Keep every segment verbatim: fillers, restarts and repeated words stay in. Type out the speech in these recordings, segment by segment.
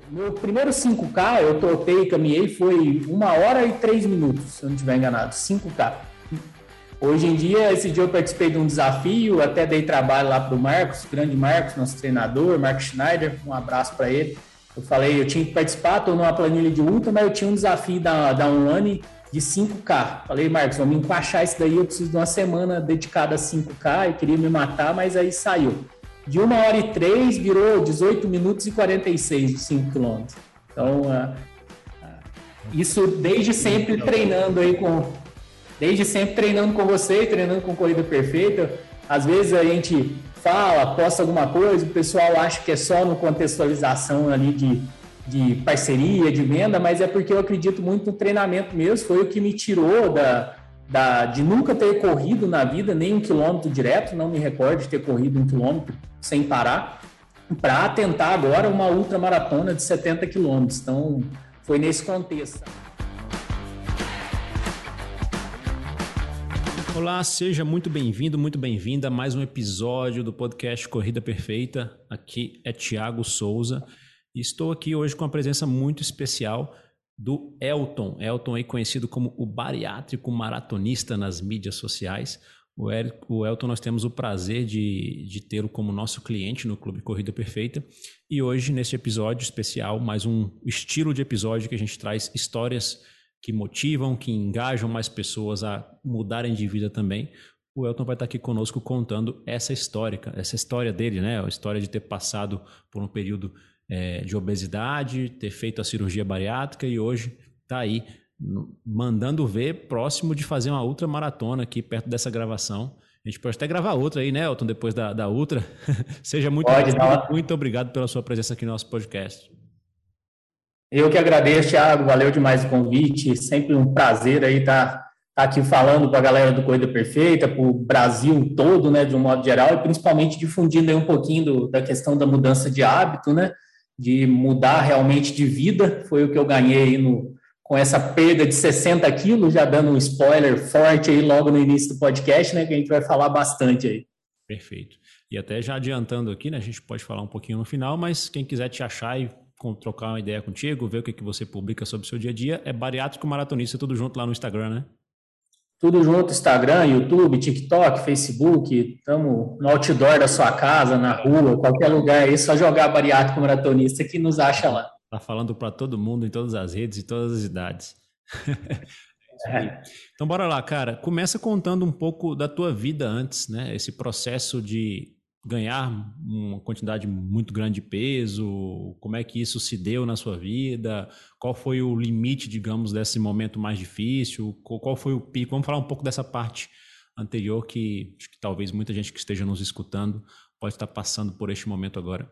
Meu primeiro cinco K, eu trotei e caminhei, foi uma hora e três minutos, se eu não estiver enganado, cinco K. Hoje em dia, esse dia eu participei de um desafio, até dei trabalho lá para o Marcos, grande Marcos, nosso treinador, Marcos Schneider, um abraço para ele. Eu falei, eu tinha que participar, estou numa planilha de ultra, mas eu tinha um desafio da, da Online de cinco K. Falei, Marcos, vamos encaixar isso daí, eu preciso de uma semana dedicada a cinco K, eu queria me matar, mas aí saiu. De uma hora e três virou dezoito minutos e quarenta e seis de cinco quilômetros. Então, uh, uh, isso desde sempre treinando aí com... Desde sempre treinando com você, treinando com Corrida Perfeita. Às vezes a gente fala, posta alguma coisa, o pessoal acha que é só no contextualização ali de, de parceria, de venda, mas é porque eu acredito muito no treinamento mesmo. Foi o que me tirou da, da, de nunca ter corrido na vida, nem um quilômetro direto, não me recordo de ter corrido um quilômetro sem parar, para tentar agora uma ultramaratona de setenta quilômetros. Então, foi nesse contexto. Olá, seja muito bem-vindo, muito bem-vinda a mais um episódio do podcast Corrida Perfeita. Aqui é Thiago Souza e estou aqui hoje com a presença muito especial do Elton. Elton aí conhecido como o bariátrico maratonista nas mídias sociais. O, El, o Elton nós temos o prazer de, de tê-lo como nosso cliente no Clube Corrida Perfeita. E hoje, nesse episódio especial, mais um estilo de episódio que a gente traz histórias que motivam, que engajam mais pessoas a mudarem de vida também. O Elton vai estar aqui conosco contando essa história, essa história dele, né? A história de ter passado por um período é, de obesidade, ter feito a cirurgia bariátrica e hoje está aí mandando ver, próximo de fazer uma ultramaratona aqui perto dessa gravação. A gente pode até gravar outra aí, né, Elton, depois da, da ultra. Seja muito, pode, muito, muito obrigado pela sua presença aqui no nosso podcast. Eu que agradeço, Thiago, valeu demais o convite, sempre um prazer aí estar, estar aqui falando para a galera do Corrida Perfeita, para o Brasil todo, né, de um modo geral, e principalmente difundindo aí um pouquinho do, da questão da mudança de hábito, né, de mudar realmente de vida, foi o que eu ganhei aí no, com essa perda de sessenta quilos, já dando um spoiler forte aí logo no início do podcast, né, que a gente vai falar bastante aí. Perfeito. E até já adiantando aqui, né, a gente pode falar um pouquinho no final, mas quem quiser te achar e trocar uma ideia contigo, ver o que, que você publica sobre o seu dia a dia, é bariátrico maratonista, tudo junto lá no Instagram, né? Tudo junto, Instagram, YouTube, TikTok, Facebook, estamos no outdoor da sua casa, na rua, qualquer lugar aí, só jogar bariátrico maratonista que nos acha lá. Tá falando para todo mundo, em todas as redes e todas as idades. É. Então bora lá, cara, começa contando um pouco da tua vida antes, né? Esse processo de ganhar uma quantidade muito grande de peso, como é que isso se deu na sua vida, qual foi o limite, digamos, desse momento mais difícil, qual foi o pico, vamos falar um pouco dessa parte anterior que, acho que talvez muita gente que esteja nos escutando pode estar passando por este momento agora.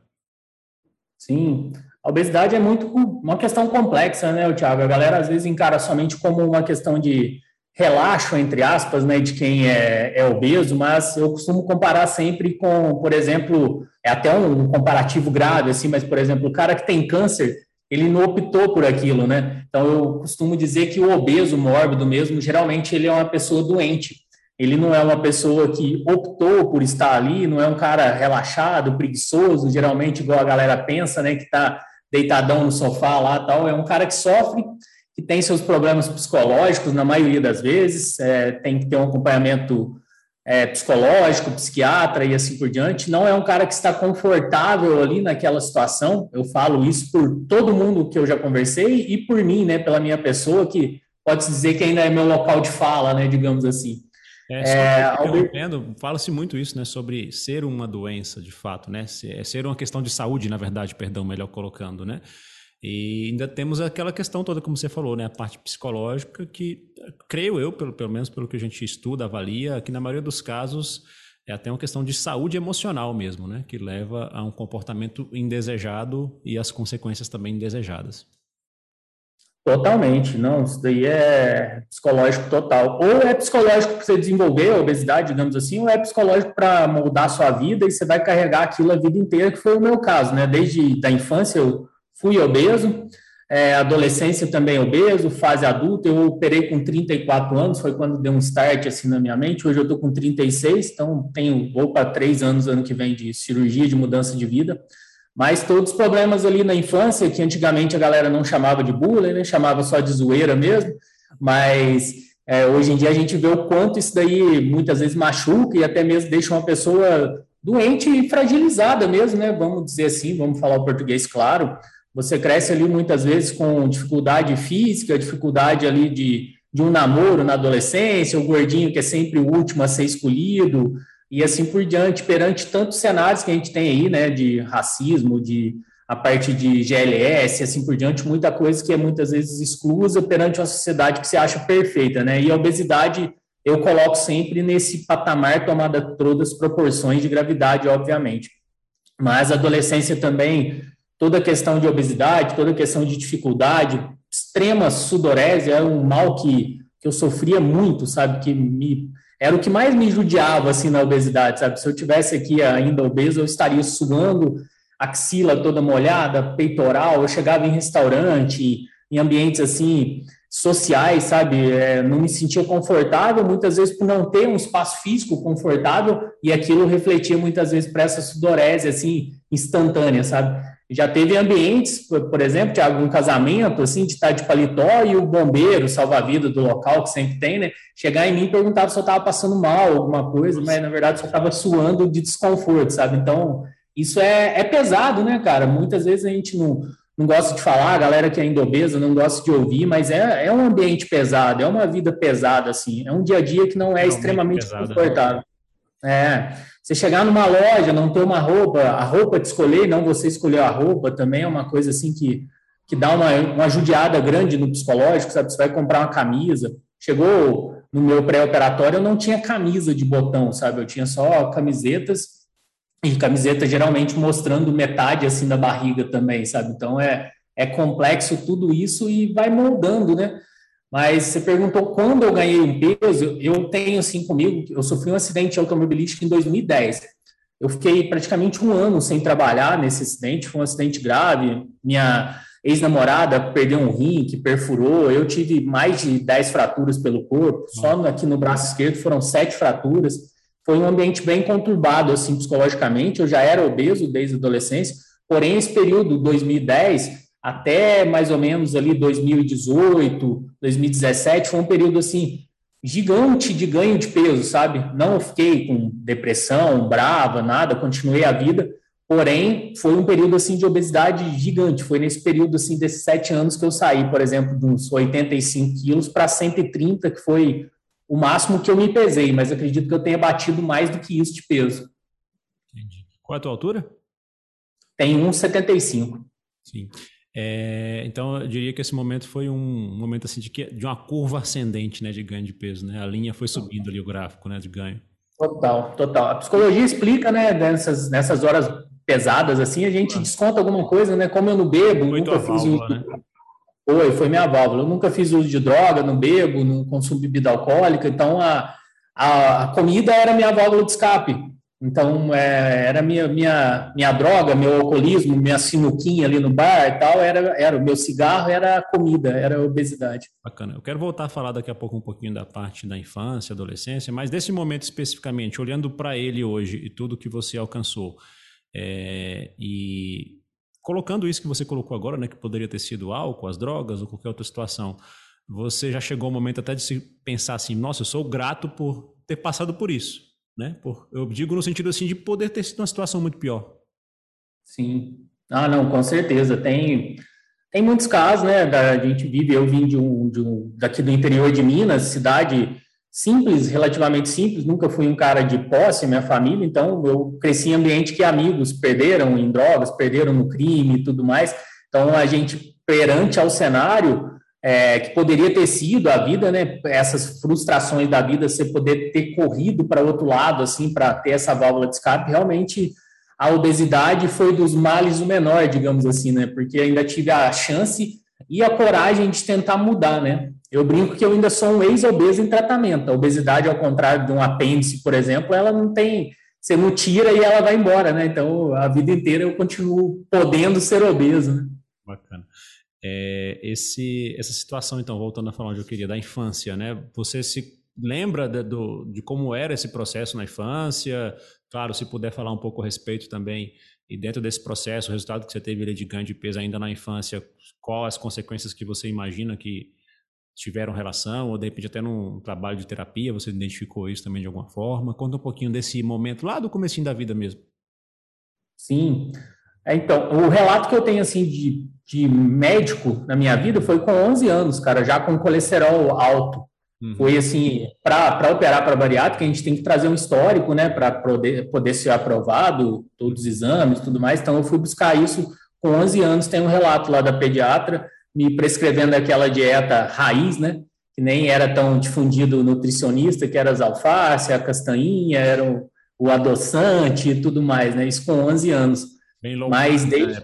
Sim, a obesidade é muito uma questão complexa, né, Thiago? A galera às vezes encara somente como uma questão de relaxo, entre aspas, né, de quem é, é obeso, mas eu costumo comparar sempre com, por exemplo, é até um comparativo grave, assim, mas, por exemplo, o cara que tem câncer, ele não optou por aquilo, né? Então, eu costumo dizer que o obeso mórbido mesmo, geralmente ele é uma pessoa doente, ele não é uma pessoa que optou por estar ali, não é um cara relaxado, preguiçoso, geralmente igual a galera pensa, né, que está deitadão no sofá lá, tal, é um cara que sofre, que tem seus problemas psicológicos, na maioria das vezes, é, tem que ter um acompanhamento é, psicológico, psiquiatra e assim por diante. Não é um cara que está confortável ali naquela situação. Eu falo isso por todo mundo que eu já conversei e por mim, né, pela minha pessoa, que pode-se dizer que ainda é meu local de fala, né, digamos assim. É, só é, interrompendo, fala-se muito isso, né, sobre ser uma doença, de fato, né, ser uma questão de saúde, na verdade, perdão, melhor colocando, né. E ainda temos aquela questão toda, como você falou, né? A parte psicológica que, creio eu, pelo, pelo menos pelo que a gente estuda, avalia, que na maioria dos casos é até uma questão de saúde emocional mesmo, né? Que leva a um comportamento indesejado e as consequências também indesejadas. Totalmente, não, isso daí é psicológico total. Ou é psicológico para você desenvolver a obesidade, digamos assim, ou é psicológico para moldar a sua vida e você vai carregar aquilo a vida inteira, que foi o meu caso, né? Desde a infância eu fui obeso, é, adolescência também obeso, fase adulta, eu operei com trinta e quatro anos, foi quando deu um start assim na minha mente, hoje eu estou com trinta e seis, então tenho, vou para três anos ano que vem de cirurgia, de mudança de vida, Mas todos os problemas ali na infância, que antigamente a galera não chamava de bullying, né? Chamava só de zoeira mesmo, mas é, hoje em dia a gente vê o quanto isso daí muitas vezes machuca e até mesmo deixa uma pessoa doente e fragilizada mesmo, né? Vamos dizer assim, vamos falar o português claro. Você cresce ali muitas vezes com dificuldade física, dificuldade ali de, de um namoro na adolescência, o gordinho que é sempre o último a ser escolhido, e assim por diante, perante tantos cenários que a gente tem aí, né, de racismo, de a parte de G L S, assim por diante, muita coisa que é muitas vezes exclusa perante uma sociedade que se acha perfeita, né, e a obesidade eu coloco sempre nesse patamar tomada todas as proporções de gravidade, obviamente, mas a adolescência também, toda a questão de obesidade, toda a questão de dificuldade, extrema sudorese é um mal que, que eu sofria muito, sabe, que me era o que mais me judiava, assim, na obesidade, sabe? Se eu tivesse aqui ainda obeso, eu estaria suando, axila toda molhada, peitoral, eu chegava em restaurante, em ambientes, assim, sociais, sabe? É, não me sentia confortável, muitas vezes por não ter um espaço físico confortável, e aquilo refletia muitas vezes para essa sudorese, assim, instantânea, sabe? Já teve ambientes, por exemplo, de algum casamento, assim, de estar de paletó e o bombeiro, salva-vida do local, que sempre tem, né? Chegar em mim e perguntar se eu estava passando mal, alguma coisa, mas na verdade só estava suando de desconforto, sabe? Então, isso é, é pesado, né, cara? Muitas vezes a gente não, não gosta de falar, a galera que é ainda obesa não gosta de ouvir, mas é, é um ambiente pesado, é uma vida pesada, assim, é um dia a dia que não é Realmente extremamente pesada, confortável. É, você chegar numa loja, não ter uma roupa, a roupa de escolher, não você escolheu a roupa, também é uma coisa assim que, que dá uma, uma judiada grande no psicológico, sabe? Você vai comprar uma camisa. Chegou no meu pré-operatório, eu não tinha camisa de botão, sabe? Eu tinha só camisetas, e camiseta geralmente mostrando metade assim da barriga também, sabe? Então é, é complexo tudo isso e vai moldando, né? Mas você perguntou quando eu ganhei um peso, eu tenho assim comigo, eu sofri um acidente automobilístico em dois mil e dez. Eu fiquei praticamente um ano sem trabalhar nesse acidente, foi um acidente grave. Minha ex-namorada perdeu um rim que perfurou, eu tive mais de dez fraturas pelo corpo, só aqui no braço esquerdo foram sete fraturas. Foi um ambiente bem conturbado, assim, psicologicamente. Eu já era obeso desde a adolescência, porém, esse período, dois mil e dez até mais ou menos ali dois mil e dezoito, dois mil e dezessete, foi um período assim gigante de ganho de peso, sabe? Não fiquei com depressão, brava, nada, continuei a vida, porém foi um período assim de obesidade gigante. Foi nesse período assim desses sete anos que eu saí, por exemplo, de uns oitenta e cinco quilos para cento e trinta, que foi o máximo que eu me pesei, mas acredito que eu tenha batido mais do que isso de peso. Entendi. Qual é a tua altura? Tem um vírgula setenta e cinco. Sim. É, então, eu diria que esse momento foi um momento assim de, que, de uma curva ascendente, né, de ganho de peso, né? A linha foi subindo ali o gráfico, né, de ganho. Total, total. A psicologia explica, né, nessas, nessas horas pesadas, assim, a gente desconta alguma coisa, né? Como eu não bebo, Foi nunca tua fiz válvula, uso. né? Foi, foi minha válvula. Eu nunca fiz uso de droga, não bebo, não consumo bebida alcoólica, então a, a, a comida era minha válvula de escape. Então, é, era minha, minha, minha droga, meu alcoolismo, minha sinuquinha ali no bar e tal, era, era o meu cigarro, era a comida, era a obesidade. Bacana. Eu quero voltar a falar daqui a pouco um pouquinho da parte da infância, adolescência, mas desse momento especificamente, olhando para ele hoje e tudo que você alcançou, é, e colocando isso que você colocou agora, né, que poderia ter sido álcool, as drogas ou qualquer outra situação, você já chegou ao momento até de se pensar assim, nossa, eu sou grato por ter passado por isso. Né? Por, eu digo no sentido assim de poder ter sido uma situação muito pior. Sim. Ah, não, com certeza. Tem, tem muitos casos, né? Da, a gente vive, eu vim de um, de um, daqui do interior de Minas, cidade simples, relativamente simples, nunca fui um cara de posse, minha família, então eu cresci em ambiente que amigos perderam em drogas, perderam no crime e tudo mais. Então a gente, perante ao cenário, É, que poderia ter sido a vida, né? Essas frustrações da vida, você poder ter corrido para outro lado, assim, para ter essa válvula de escape, realmente a obesidade foi dos males o menor, digamos assim, né? Porque ainda tive a chance e a coragem de tentar mudar, né? Eu brinco que eu ainda sou um ex-obeso em tratamento. A obesidade, ao contrário de um apêndice, por exemplo, ela não tem, você não tira e ela vai embora, né? Então, a vida inteira eu continuo podendo ser obeso, né? Bacana. É, esse, essa situação, então, voltando a falar onde eu queria, da infância, né? Você se lembra de, do, de como era esse processo na infância? Claro, se puder falar um pouco a respeito também E dentro desse processo, o resultado que você teve ali de ganho de peso ainda na infância, quais as consequências que você imagina que tiveram relação, ou de repente até num trabalho de terapia, você identificou isso também de alguma forma? Conta um pouquinho desse momento lá do comecinho da vida mesmo. Sim. É, então, o relato que eu tenho, assim, de, de médico na minha vida foi com onze anos, cara, já com colesterol alto. Uhum. Foi, assim, para operar para bariátrica, a gente tem que trazer um histórico, né, para poder, poder ser aprovado, todos os exames e tudo mais. Então, eu fui buscar isso com onze anos. Tem um relato lá da pediatra me prescrevendo aquela dieta raiz, né, que nem era tão difundido nutricionista, que era as alface, a castanhinha, era o, o adoçante e tudo mais, né, isso com onze anos. Bem louco. Mas desde...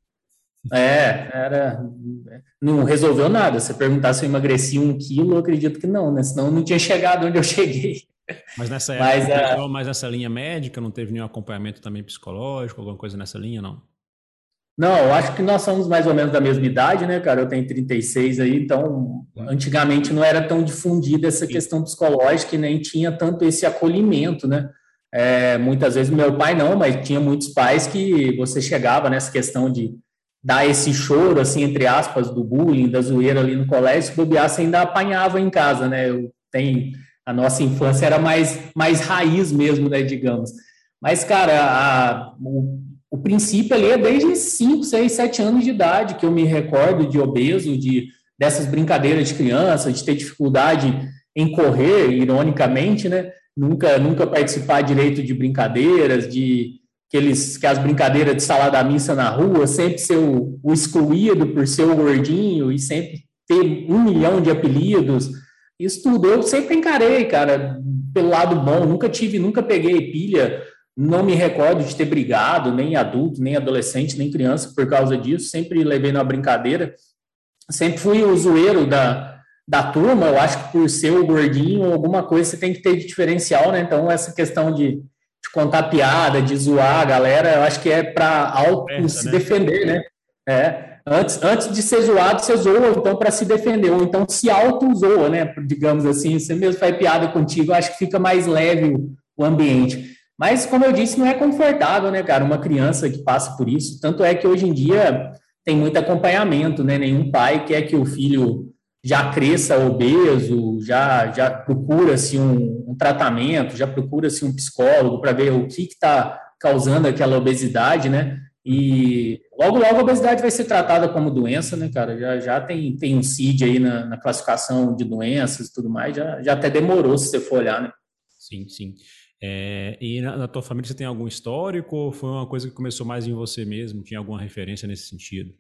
É, era... Não resolveu nada. Se perguntar se eu emagreci um quilo, eu acredito que não, né? Senão eu não tinha chegado onde eu cheguei. Mas nessa época, Mas, não a... entrou mais nessa linha médica, não teve nenhum acompanhamento também psicológico, alguma coisa nessa linha, não? Não, eu acho que nós somos mais ou menos da mesma idade, né, cara? Eu tenho trinta e seis aí, então antigamente não era tão difundida essa questão psicológica e nem tinha tanto esse acolhimento, né? É, muitas vezes meu pai não, mas tinha muitos pais que você chegava nessa questão de dar esse choro, assim, entre aspas, do bullying, da zoeira ali no colégio, se bobear, você ainda apanhava em casa, né? Eu tenho, a nossa infância era mais, mais raiz mesmo, né, digamos. Mas, cara, a, o, o princípio ali é desde cinco, seis, sete anos de idade que eu me recordo de obeso, de, dessas brincadeiras de criança, de ter dificuldade em correr, ironicamente, né? Nunca, nunca participar direito de brincadeiras, de aqueles, que as brincadeiras de salada mista na rua, sempre ser o, o excluído por ser o gordinho e sempre ter um milhão de apelidos. Isso tudo eu sempre encarei, cara, pelo lado bom. Nunca tive, nunca peguei pilha, não me recordo de ter brigado, nem adulto, nem adolescente, nem criança por causa disso. Sempre levei na brincadeira. Sempre fui o zoeiro da, da turma. Eu acho que por ser o gordinho, alguma coisa você tem que ter de diferencial, né? Então, essa questão de, de contar piada, de zoar a galera, eu acho que é para auto é, se né? defender, né? É. Antes, antes de ser zoado, você zoa, então, para se defender, ou então se auto-zoa, né? Digamos assim, você mesmo faz piada contigo, eu acho que fica mais leve o, o ambiente. Mas, como eu disse, não é confortável, né, cara? Uma criança que passa por isso. Tanto é que hoje em dia tem muito acompanhamento, né? Nenhum pai quer que o filho já cresça obeso, já, já procura-se um, um tratamento, já procura-se um psicólogo para ver o que está causando aquela obesidade, né? E logo, logo a obesidade vai ser tratada como doença, né, cara? Já, já tem, tem um C I D aí na, na classificação de doenças e tudo mais, já, já até demorou se você for olhar, né? Sim, sim. É, e na, na tua família você tem algum histórico ou foi uma coisa que começou mais em você mesmo? Tinha alguma referência nesse sentido?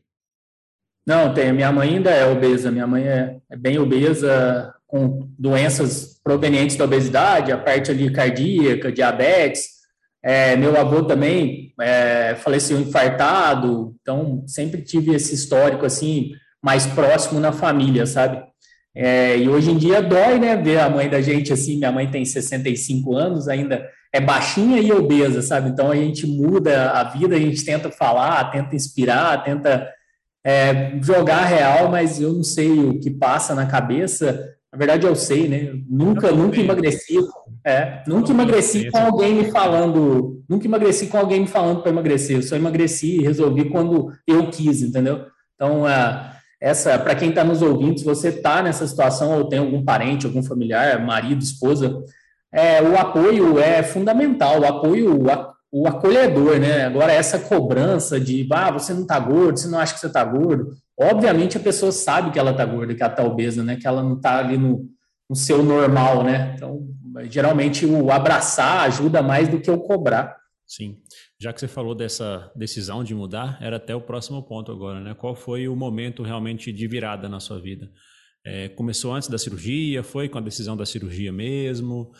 Não, tem. Minha mãe ainda é obesa. Minha mãe é, é bem obesa, com doenças provenientes da obesidade, a parte ali cardíaca, diabetes. É, meu avô também é, faleceu infartado, então sempre tive esse histórico assim mais próximo na família, sabe? É, e hoje em dia dói, né, ver a mãe da gente assim. Minha mãe tem sessenta e cinco anos, ainda é baixinha e obesa, sabe? Então a gente muda a vida, a gente tenta falar, tenta inspirar, tenta é, jogar real, mas eu não sei o que passa na cabeça. Na verdade eu sei, né? Nunca, nunca emagreci. É, nunca emagreci com alguém me falando, nunca emagreci com alguém me falando para emagrecer. Eu só emagreci e resolvi quando eu quis, entendeu? Então, a essa, para quem está nos ouvindo, se você está nessa situação ou tem algum parente, algum familiar, marido, esposa, é, o apoio é fundamental, o apoio, o acolhedor, né? Agora, essa cobrança de, ah, você não está gordo, você não acha que você está gordo, obviamente a pessoa sabe que ela está gorda, que ela está obesa, né? Que ela não está ali no, no seu normal, né? Então, geralmente, o abraçar ajuda mais do que o cobrar. Sim. Já que você falou dessa decisão de mudar, era até o próximo ponto agora, né? Qual foi o momento realmente de virada na sua vida? É, começou antes da cirurgia? Foi com a decisão da cirurgia mesmo?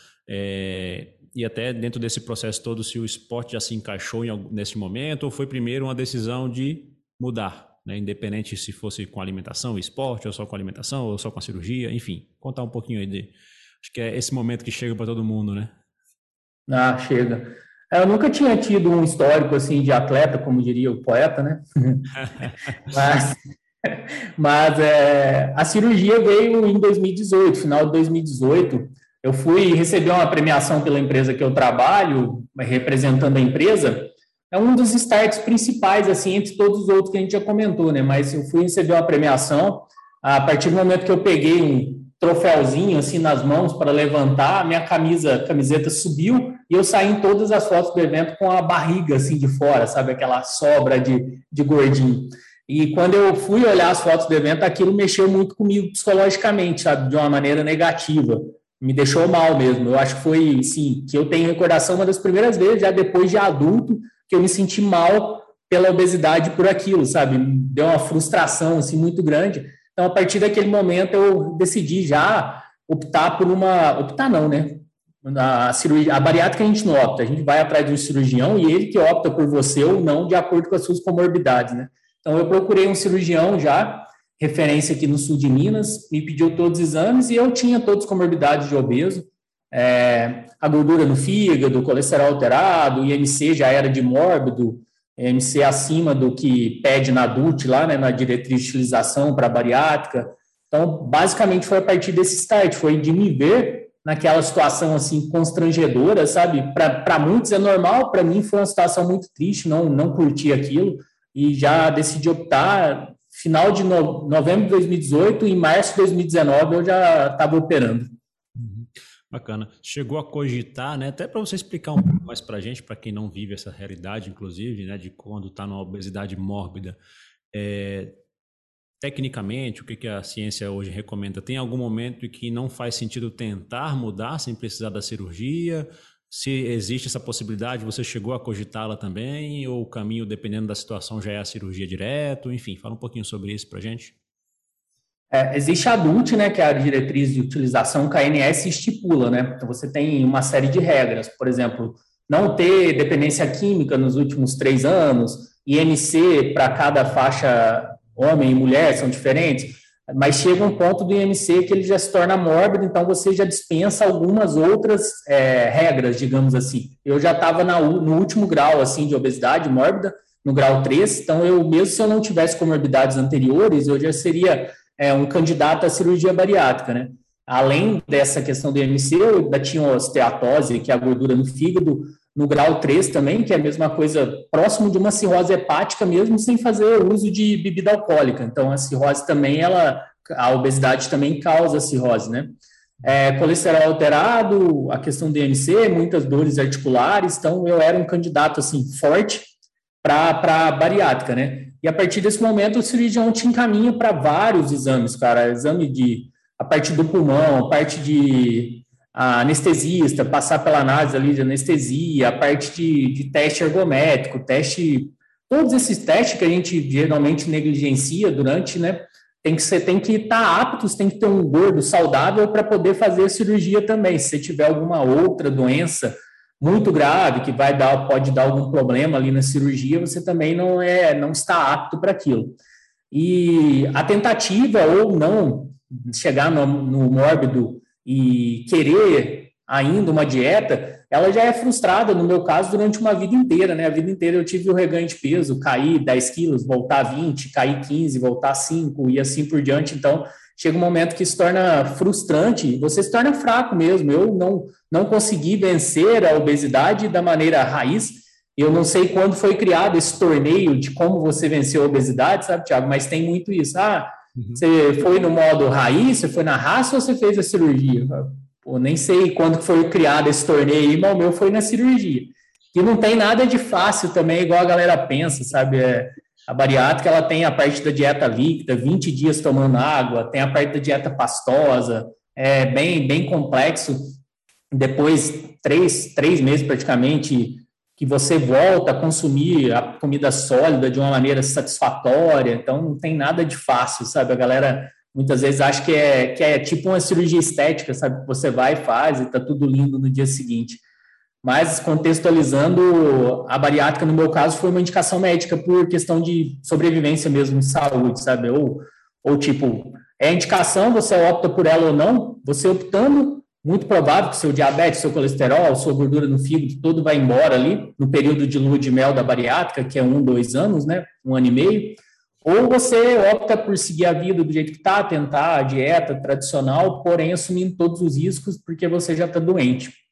É, e até dentro desse processo todo, se o esporte já se encaixou em, nesse momento, ou foi primeiro uma decisão de mudar, né? Independente se fosse com alimentação, esporte, ou só com alimentação, ou só com a cirurgia, enfim. Contar um pouquinho aí de... Acho que é esse momento que chega para todo mundo, né? Ah, chega. Eu nunca tinha tido um histórico assim de atleta, como diria o poeta, né? mas mas é, a cirurgia veio em dois mil e dezoito, final de dois mil e dezoito. Eu fui receber uma premiação pela empresa que eu trabalho, representando a empresa, é um dos starts principais, assim, entre todos os outros que a gente já comentou, né? Mas eu fui receber uma premiação, a partir do momento que eu peguei um troféuzinho, assim, nas mãos para levantar, a minha camisa, camiseta subiu e eu saí em todas as fotos do evento com a barriga, assim, de fora, sabe? Aquela sobra de, de gordinho. E quando eu fui olhar as fotos do evento, aquilo mexeu muito comigo psicologicamente, sabe? De uma maneira negativa. Me deixou mal mesmo. Eu acho que foi, sim, que eu tenho recordação uma das primeiras vezes, já depois de adulto, que eu me senti mal pela obesidade por aquilo, sabe? Deu uma frustração, assim, muito grande. Então, a partir daquele momento, eu decidi já optar por uma... Optar não, né? A, cirurgia, a bariátrica a gente não opta, a gente vai atrás de um cirurgião e ele que opta por você ou não, de acordo com as suas comorbidades, né? Então, eu procurei um cirurgião já, referência aqui no sul de Minas, me pediu todos os exames e eu tinha todas as comorbidades de obeso, é, a gordura no fígado, colesterol alterado, o I M C já era de mórbido, I M C acima do que pede na A D U T, lá, né, na diretriz de utilização para bariátrica. Então, basicamente, foi a partir desse start, foi de me ver naquela situação, assim, constrangedora, sabe? Para muitos é normal, para mim foi uma situação muito triste, não, não curti aquilo, e já decidi optar, final de no, novembro de dois mil e dezoito, em março de dois mil e dezenove eu já estava operando. Uhum. Bacana. Chegou a cogitar, né? Até para você explicar um pouco mais para a gente, para quem não vive essa realidade, inclusive, né, de quando está numa obesidade mórbida, é, tecnicamente, o que, que a ciência hoje recomenda? Tem algum momento em que não faz sentido tentar mudar sem precisar da cirurgia? Se existe essa possibilidade, você chegou a cogitá-la também? Ou o caminho, dependendo da situação, já é a cirurgia direto? Enfim, fala um pouquinho sobre isso para a gente. É, existe a D U T, né, que é a diretriz de utilização, que a A N S estipula, né? Então, você tem uma série de regras, por exemplo, não ter dependência química nos últimos três anos, I M C para cada faixa homem e mulher são diferentes, mas chega um ponto do I M C que ele já se torna mórbido, então você já dispensa algumas outras é, regras, digamos assim. Eu já estava no último grau, assim, de obesidade mórbida, no grau três, então eu, mesmo se eu não tivesse comorbidades anteriores, eu já seria é, um candidato à cirurgia bariátrica, né? Além dessa questão do I M C, eu ainda tinha osteatose, que é a gordura no fígado, no grau três também, que é a mesma coisa, próximo de uma cirrose hepática, mesmo sem fazer uso de bebida alcoólica. Então, a cirrose também, ela, a obesidade também causa cirrose, né? É, colesterol alterado, a questão do I M C, muitas dores articulares, então eu era um candidato, assim, forte para a bariátrica, né? E a partir desse momento, o cirurgião te encaminha para vários exames, cara, exame de, a parte do pulmão, a parte de a anestesista, passar pela análise ali de anestesia, a parte de, de teste ergométrico, teste, todos esses testes que a gente geralmente negligencia durante, né, tem que ser, tem que estar aptos, tem que ter um gordo saudável para poder fazer a cirurgia também. Se você tiver alguma outra doença muito grave que vai dar, pode dar algum problema ali na cirurgia, você também não é, não está apto para aquilo. E a tentativa ou não chegar no, no mórbido e querer ainda uma dieta, ela já é frustrada, no meu caso, durante uma vida inteira, né? A vida inteira eu tive o reganho de peso, cair dez quilos, voltar vinte, cair quinze, voltar cinco e assim por diante. Então, chega um momento que se torna frustrante, você se torna fraco mesmo. Eu não, não consegui vencer a obesidade da maneira raiz. Eu não sei quando foi criado esse torneio de como você venceu a obesidade, sabe, Thiago? Mas tem muito isso. Ah, você foi no modo raiz, você foi na raça ou você fez a cirurgia? Pô, nem sei quando foi criado esse torneio aí, mas o meu foi na cirurgia. E não tem nada de fácil também, igual a galera pensa, sabe? É, a bariátrica, ela tem a parte da dieta líquida, vinte dias tomando água, tem a parte da dieta pastosa, é bem, bem complexo. Depois, três, três meses praticamente, que você volta a consumir a comida sólida de uma maneira satisfatória, então não tem nada de fácil, sabe? A galera muitas vezes acha que é, que é tipo uma cirurgia estética, sabe? Você vai e faz e tá tudo lindo no dia seguinte. Mas, contextualizando, a bariátrica, no meu caso, foi uma indicação médica por questão de sobrevivência mesmo, de saúde, sabe? Ou, ou tipo, é indicação, você opta por ela ou não, você optando, muito provável que seu diabetes, seu colesterol, sua gordura no fígado, tudo vai embora ali, no período de lua de mel da bariátrica, que é um, dois anos, né? Um ano e meio. Ou você opta por seguir a vida do jeito que está, tentar a dieta tradicional, porém assumindo todos os riscos, porque você já está doente.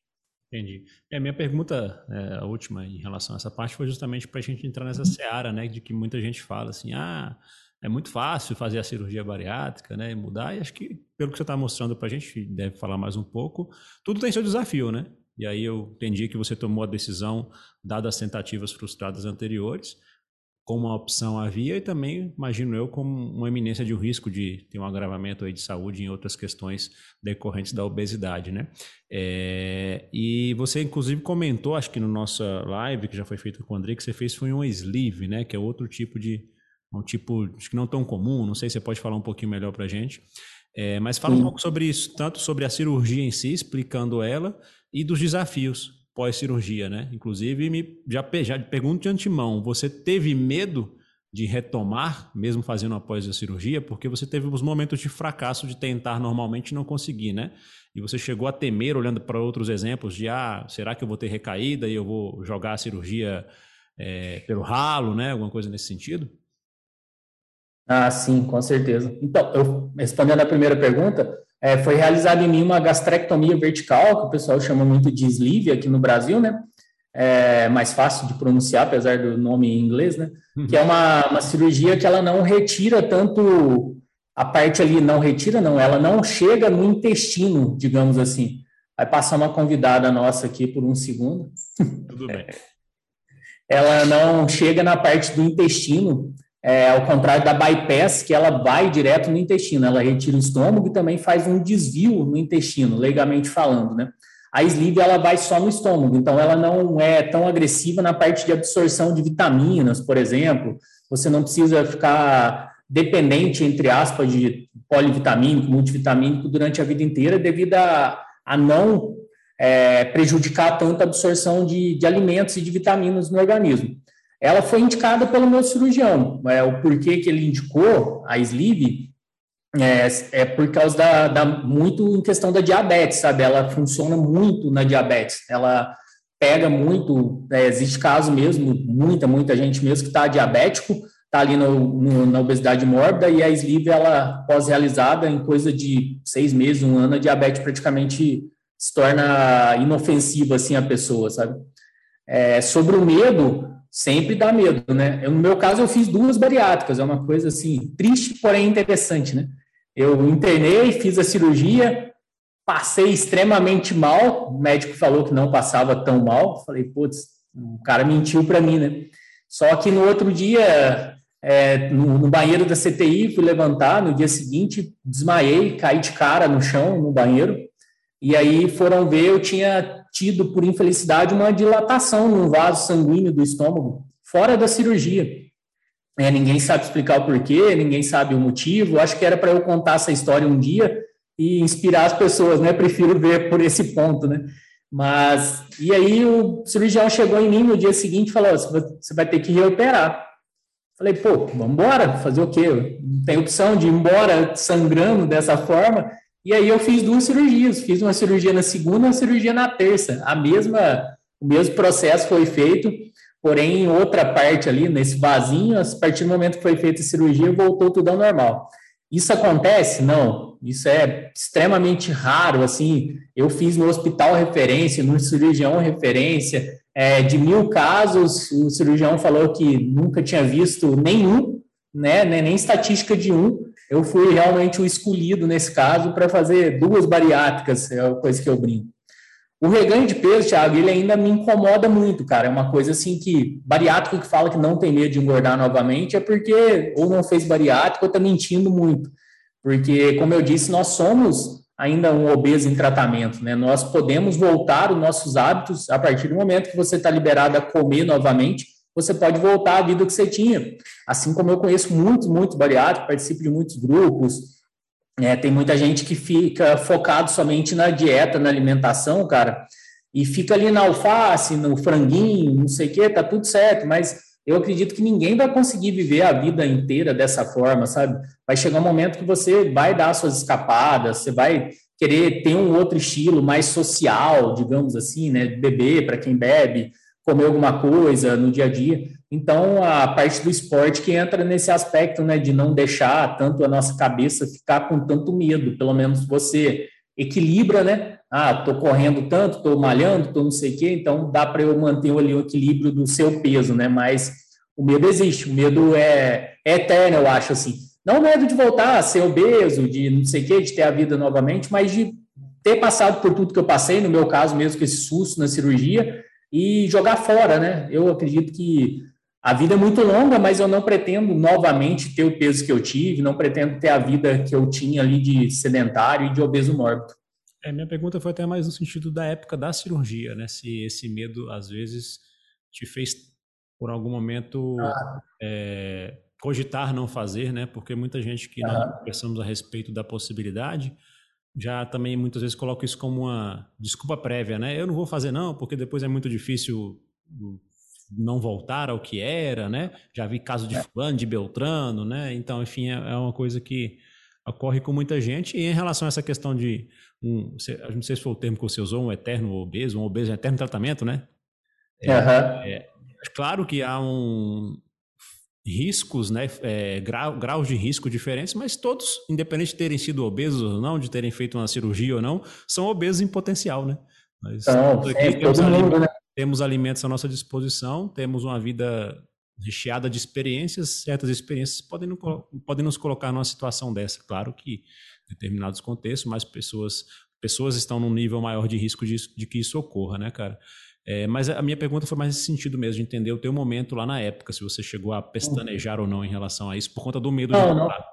Entendi. É, minha pergunta, é, a última em relação a essa parte, foi justamente para a gente entrar nessa seara, né, de que muita gente fala assim, ah, é muito fácil fazer a cirurgia bariátrica, né, e mudar, e acho que, pelo que você está mostrando para a gente, deve falar mais um pouco, tudo tem seu desafio, né? E aí eu entendi que você tomou a decisão, dadas as tentativas frustradas anteriores, como uma opção havia e também, imagino eu, como uma iminência de um risco de ter um agravamento aí de saúde em outras questões decorrentes da obesidade, né? É, e você, inclusive, comentou, acho que no nossa live, que já foi feita com o André, que você fez foi um sleeve, né? Que é outro tipo de... um tipo, acho que não tão comum, não sei se você pode falar um pouquinho melhor para a gente. É, mas fala Sim. um pouco sobre isso, tanto sobre a cirurgia em si, explicando ela, e dos desafios pós-cirurgia, né? Inclusive, me, já, já pergunto de antemão, você teve medo de retomar, mesmo fazendo após a cirurgia? Porque você teve os momentos de fracasso de tentar normalmente e não conseguir, né? E você chegou a temer, olhando para outros exemplos, de, ah, será que eu vou ter recaída e eu vou jogar a cirurgia é, pelo ralo, né? Alguma coisa nesse sentido? Ah, sim, com certeza. Então, eu, respondendo a primeira pergunta, é, foi realizada em mim uma gastrectomia vertical, que o pessoal chama muito de sleeve aqui no Brasil, né? É mais fácil de pronunciar, apesar do nome em inglês, né? Uhum. Que é uma, uma cirurgia que ela não retira tanto a parte ali, não retira, não, ela não chega no intestino, digamos assim. Vai passar uma convidada nossa aqui por um segundo. Tudo bem. Ela não chega na parte do intestino, é, ao contrário da bypass, que ela vai direto no intestino, ela retira o estômago e também faz um desvio no intestino, legalmente falando, né? A sleeve, ela vai só no estômago, então ela não é tão agressiva na parte de absorção de vitaminas, por exemplo, você não precisa ficar dependente, entre aspas, de polivitamínico, multivitamínico durante a vida inteira, devido a, a não é, prejudicar tanto a absorção de, de alimentos e de vitaminas no organismo. Ela foi indicada pelo meu cirurgião. É, o porquê que ele indicou a sleeve é, é por causa da, da muito em questão da diabetes, sabe? Ela funciona muito na diabetes. Ela pega muito, é, existe caso mesmo, muita, muita gente mesmo que está diabético, está ali no, no, na obesidade mórbida, e a sleeve, ela pós-realizada, em coisa de seis meses, um ano, a diabetes praticamente se torna inofensiva, assim, a pessoa, sabe? É, sobre o medo, sempre dá medo, né? Eu, no meu caso, eu fiz duas bariátricas, é uma coisa, assim, triste, porém interessante, né? Eu internei, fiz a cirurgia, passei extremamente mal, o médico falou que não passava tão mal, falei, putz, o cara mentiu para mim, né? Só que no outro dia, é, no, no banheiro da C T I, fui levantar, no dia seguinte, desmaiei, caí de cara no chão, no banheiro, e aí foram ver, eu tinha tido, por infelicidade, uma dilatação no vaso sanguíneo do estômago, fora da cirurgia. É, ninguém sabe explicar o porquê, ninguém sabe o motivo. Acho que era para eu contar essa história um dia e inspirar as pessoas, né? Prefiro ver por esse ponto, né? Mas, e aí o cirurgião chegou em mim no dia seguinte e falou, você vai ter que reoperar. Falei, pô, vamos embora, fazer o quê? Não tem opção de ir embora sangrando dessa forma. E aí eu fiz duas cirurgias, fiz uma cirurgia na segunda e uma cirurgia na terça. A mesma, o mesmo processo foi feito, porém em outra parte ali, nesse vasinho, a partir do momento que foi feita a cirurgia, voltou tudo ao normal. Isso acontece? Não. Isso é extremamente raro, assim. Eu fiz no hospital referência, no cirurgião referência, é, de mil casos, o cirurgião falou que nunca tinha visto nenhum, né, nem estatística de um. Eu fui realmente o escolhido nesse caso para fazer duas bariátricas, é a coisa que eu brinco. O reganho de peso, Thiago, ele ainda me incomoda muito, cara. É uma coisa assim que bariátrico que fala que não tem medo de engordar novamente é porque ou não fez bariátrico ou está mentindo muito. Porque, como eu disse, nós somos ainda um obeso em tratamento, né? Nós podemos voltar os nossos hábitos a partir do momento que você está liberado a comer novamente. Você pode voltar à vida que você tinha. Assim como eu conheço muitos, muitos bariátricos, participo de muitos grupos, é, tem muita gente que fica focado somente na dieta, na alimentação, cara, e fica ali na alface, no franguinho, não sei o quê, tá tudo certo, mas eu acredito que ninguém vai conseguir viver a vida inteira dessa forma, sabe? Vai chegar um momento que você vai dar suas escapadas, você vai querer ter um outro estilo mais social, digamos assim, né? Beber para quem bebe, comer alguma coisa no dia a dia. Então, a parte do esporte que entra nesse aspecto, né, de não deixar tanto a nossa cabeça ficar com tanto medo, pelo menos você equilibra, né? Ah, tô correndo tanto, tô malhando, tô não sei o quê, então dá para eu manter ali o equilíbrio do seu peso, né? Mas o medo existe, o medo é, é eterno, eu acho, assim. Não o medo de voltar a ser obeso, de não sei o quê, de ter a vida novamente, mas de ter passado por tudo que eu passei, no meu caso mesmo, com esse susto na cirurgia, e jogar fora, né? Eu acredito que a vida é muito longa, mas eu não pretendo novamente ter o peso que eu tive, não pretendo ter a vida que eu tinha ali de sedentário e de obeso mórbido. É, minha pergunta foi até mais no sentido da época da cirurgia, né? Se esse medo, às vezes, te fez, por algum momento, Ah, é, cogitar não fazer, né? Porque muita gente que nós aham. conversamos a respeito da possibilidade, já também muitas vezes coloca isso como uma desculpa prévia, né? Eu não vou fazer não, porque depois é muito difícil não voltar ao que era, né? Já vi caso de fulano, de Beltrano, né? Então, enfim, é, é uma coisa que ocorre com muita gente. E em relação a essa questão de, um, não sei se foi o termo que você usou, um eterno obeso, um obeso em eterno tratamento, né? É, Aham. é, claro que há um riscos, né, é, grau, graus de risco diferentes, mas todos, independente de terem sido obesos ou não, de terem feito uma cirurgia ou não, são obesos em potencial, né? Nós Então, aqui sempre, temos, todo ali, mundo, né? temos alimentos à nossa disposição, temos uma vida recheada de experiências, certas experiências podem, podem nos colocar numa situação dessa. Claro que em determinados contextos, mais pessoas, pessoas estão num nível maior de risco de, de que isso ocorra, né, cara? É, mas a minha pergunta foi mais nesse sentido mesmo, de entender o teu momento lá na época, se você chegou a pestanejar ou não em relação a isso, por conta do medo de Não, não, voltar.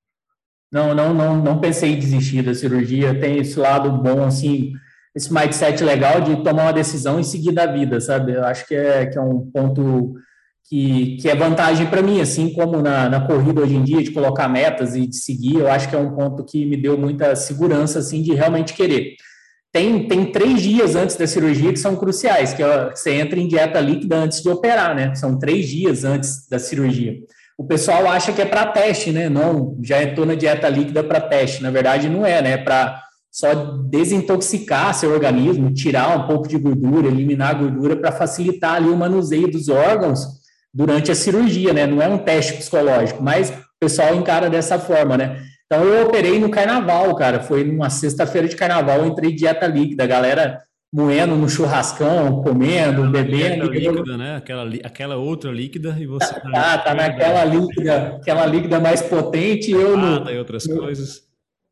não, não, não, não pensei em desistir da cirurgia. Tem esse lado bom, assim, esse mindset legal de tomar uma decisão e seguir da vida, sabe? Eu acho que é, que é um ponto que, que é vantagem para mim, assim como na, na corrida hoje em dia, de colocar metas e de seguir, eu acho que é um ponto que me deu muita segurança, assim, de realmente querer. Tem, tem três dias antes da cirurgia que são cruciais, que, ó, que você entra em dieta líquida antes de operar, né? São três dias antes da cirurgia. O pessoal acha que é para teste, né? Não, já estou na dieta líquida para teste. Na verdade, não é, né? É para só desintoxicar seu organismo, tirar um pouco de gordura, eliminar a gordura para facilitar ali o manuseio dos órgãos durante a cirurgia, né? Não é um teste psicológico, mas o pessoal encara dessa forma, né? Então eu operei no carnaval, cara. Foi numa sexta-feira de carnaval, eu entrei dieta líquida, a galera moendo no churrascão, comendo, Na bebendo. dieta E eu, líquida, né? Aquela, aquela outra líquida e você na tá, tá cheia naquela da líquida, aquela líquida mais potente, e eu nada no, e outras no, coisas.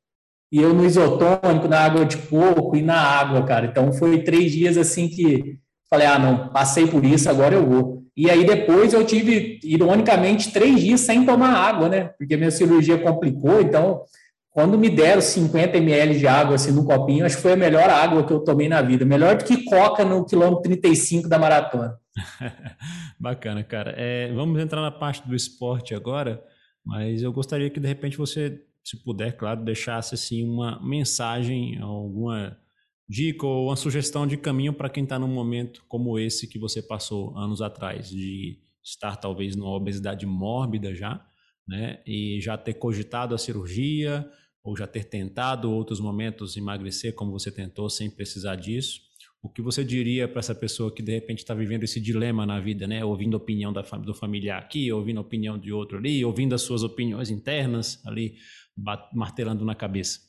e eu no isotônico, na água de coco e na água, cara. Então foi três dias assim que falei, ah, não, passei por isso, agora eu vou. E aí depois eu tive, ironicamente, três dias sem tomar água, né? Porque minha cirurgia complicou, então quando me deram cinquenta mililitros de água assim no copinho, acho que foi a melhor água que eu tomei na vida. Melhor do que coca no quilômetro trinta e cinco da maratona. Bacana, cara. É, vamos entrar na parte do esporte agora, mas eu gostaria que de repente você, se puder, claro, deixasse assim uma mensagem, alguma dica ou uma sugestão de caminho para quem está num momento como esse que você passou anos atrás, de estar talvez numa obesidade mórbida já, né? E já ter cogitado a cirurgia ou já ter tentado outros momentos emagrecer como você tentou sem precisar disso. O que você diria para essa pessoa que de repente está vivendo esse dilema na vida, né? Ouvindo a opinião da, do familiar aqui, ouvindo a opinião de outro ali, ouvindo as suas opiniões internas ali, martelando na cabeça.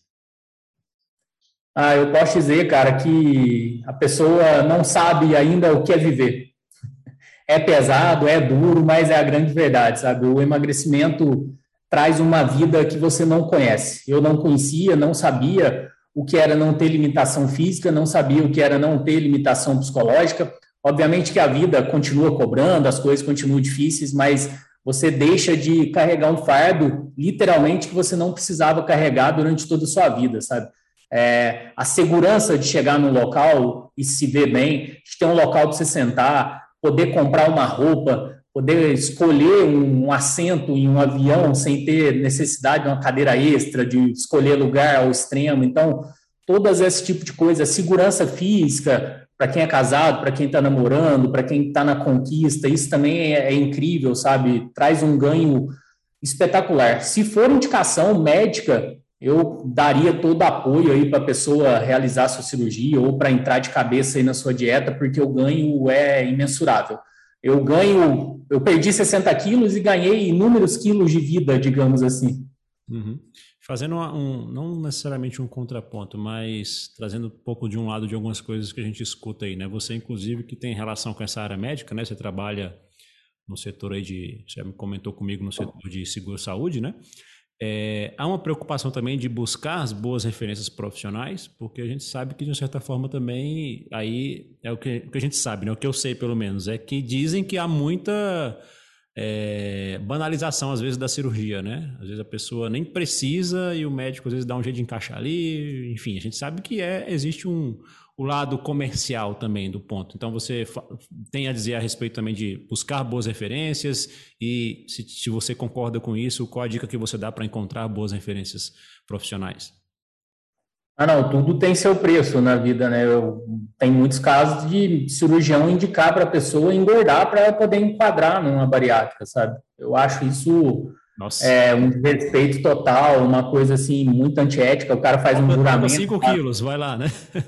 Ah, eu posso dizer, cara, que a pessoa não sabe ainda o que é viver. É pesado, é duro, mas é a grande verdade, sabe? O emagrecimento traz uma vida que você não conhece. Eu não conhecia, não sabia o que era não ter limitação física, não sabia o que era não ter limitação psicológica. Obviamente que a vida continua cobrando, as coisas continuam difíceis, mas você deixa de carregar um fardo, literalmente, que você não precisava carregar durante toda a sua vida, sabe? É, a segurança de chegar num local e se ver bem, de ter um local para você sentar, poder comprar uma roupa, poder escolher um assento em um avião sem ter necessidade de uma cadeira extra, de escolher lugar ao extremo. Então, todas esse tipo de coisa, segurança física, para quem é casado, para quem está namorando, para quem está na conquista, isso também é, é incrível, sabe? Traz um ganho espetacular. Se for indicação médica, eu daria todo apoio aí para a pessoa realizar sua cirurgia ou para entrar de cabeça aí na sua dieta, porque o ganho é imensurável. Eu ganho, eu perdi sessenta quilos e ganhei inúmeros quilos de vida, digamos assim. Uhum. Fazendo uma, um, não necessariamente um contraponto, mas trazendo um pouco de um lado de algumas coisas que a gente escuta aí, né? Você, inclusive, que tem relação com essa área médica, né? Você trabalha no setor aí de, você já comentou comigo no setor de seguro-saúde, né? É, há uma preocupação também de buscar as boas referências profissionais, porque a gente sabe que, de uma certa forma, também, aí é o que, o que a gente sabe, né? O que eu sei, pelo menos, é que dizem que há muita é, banalização, às vezes, da cirurgia, né? Às vezes a pessoa nem precisa e o médico, às vezes, dá um jeito de encaixar ali. Enfim, a gente sabe que é, existe um, o lado comercial também do ponto. Então, você tem a dizer a respeito também de buscar boas referências e, se, se você concorda com isso, qual a dica que você dá para encontrar boas referências profissionais? Ah, não, tudo tem seu preço na vida, né? Eu, tem muitos casos de cirurgião indicar para a pessoa engordar para poder enquadrar numa bariátrica, sabe? Eu acho isso Nossa. é, um desrespeito total, uma coisa assim muito antiética. O cara faz Falta, um juramento. cinco quilos, vai lá, né?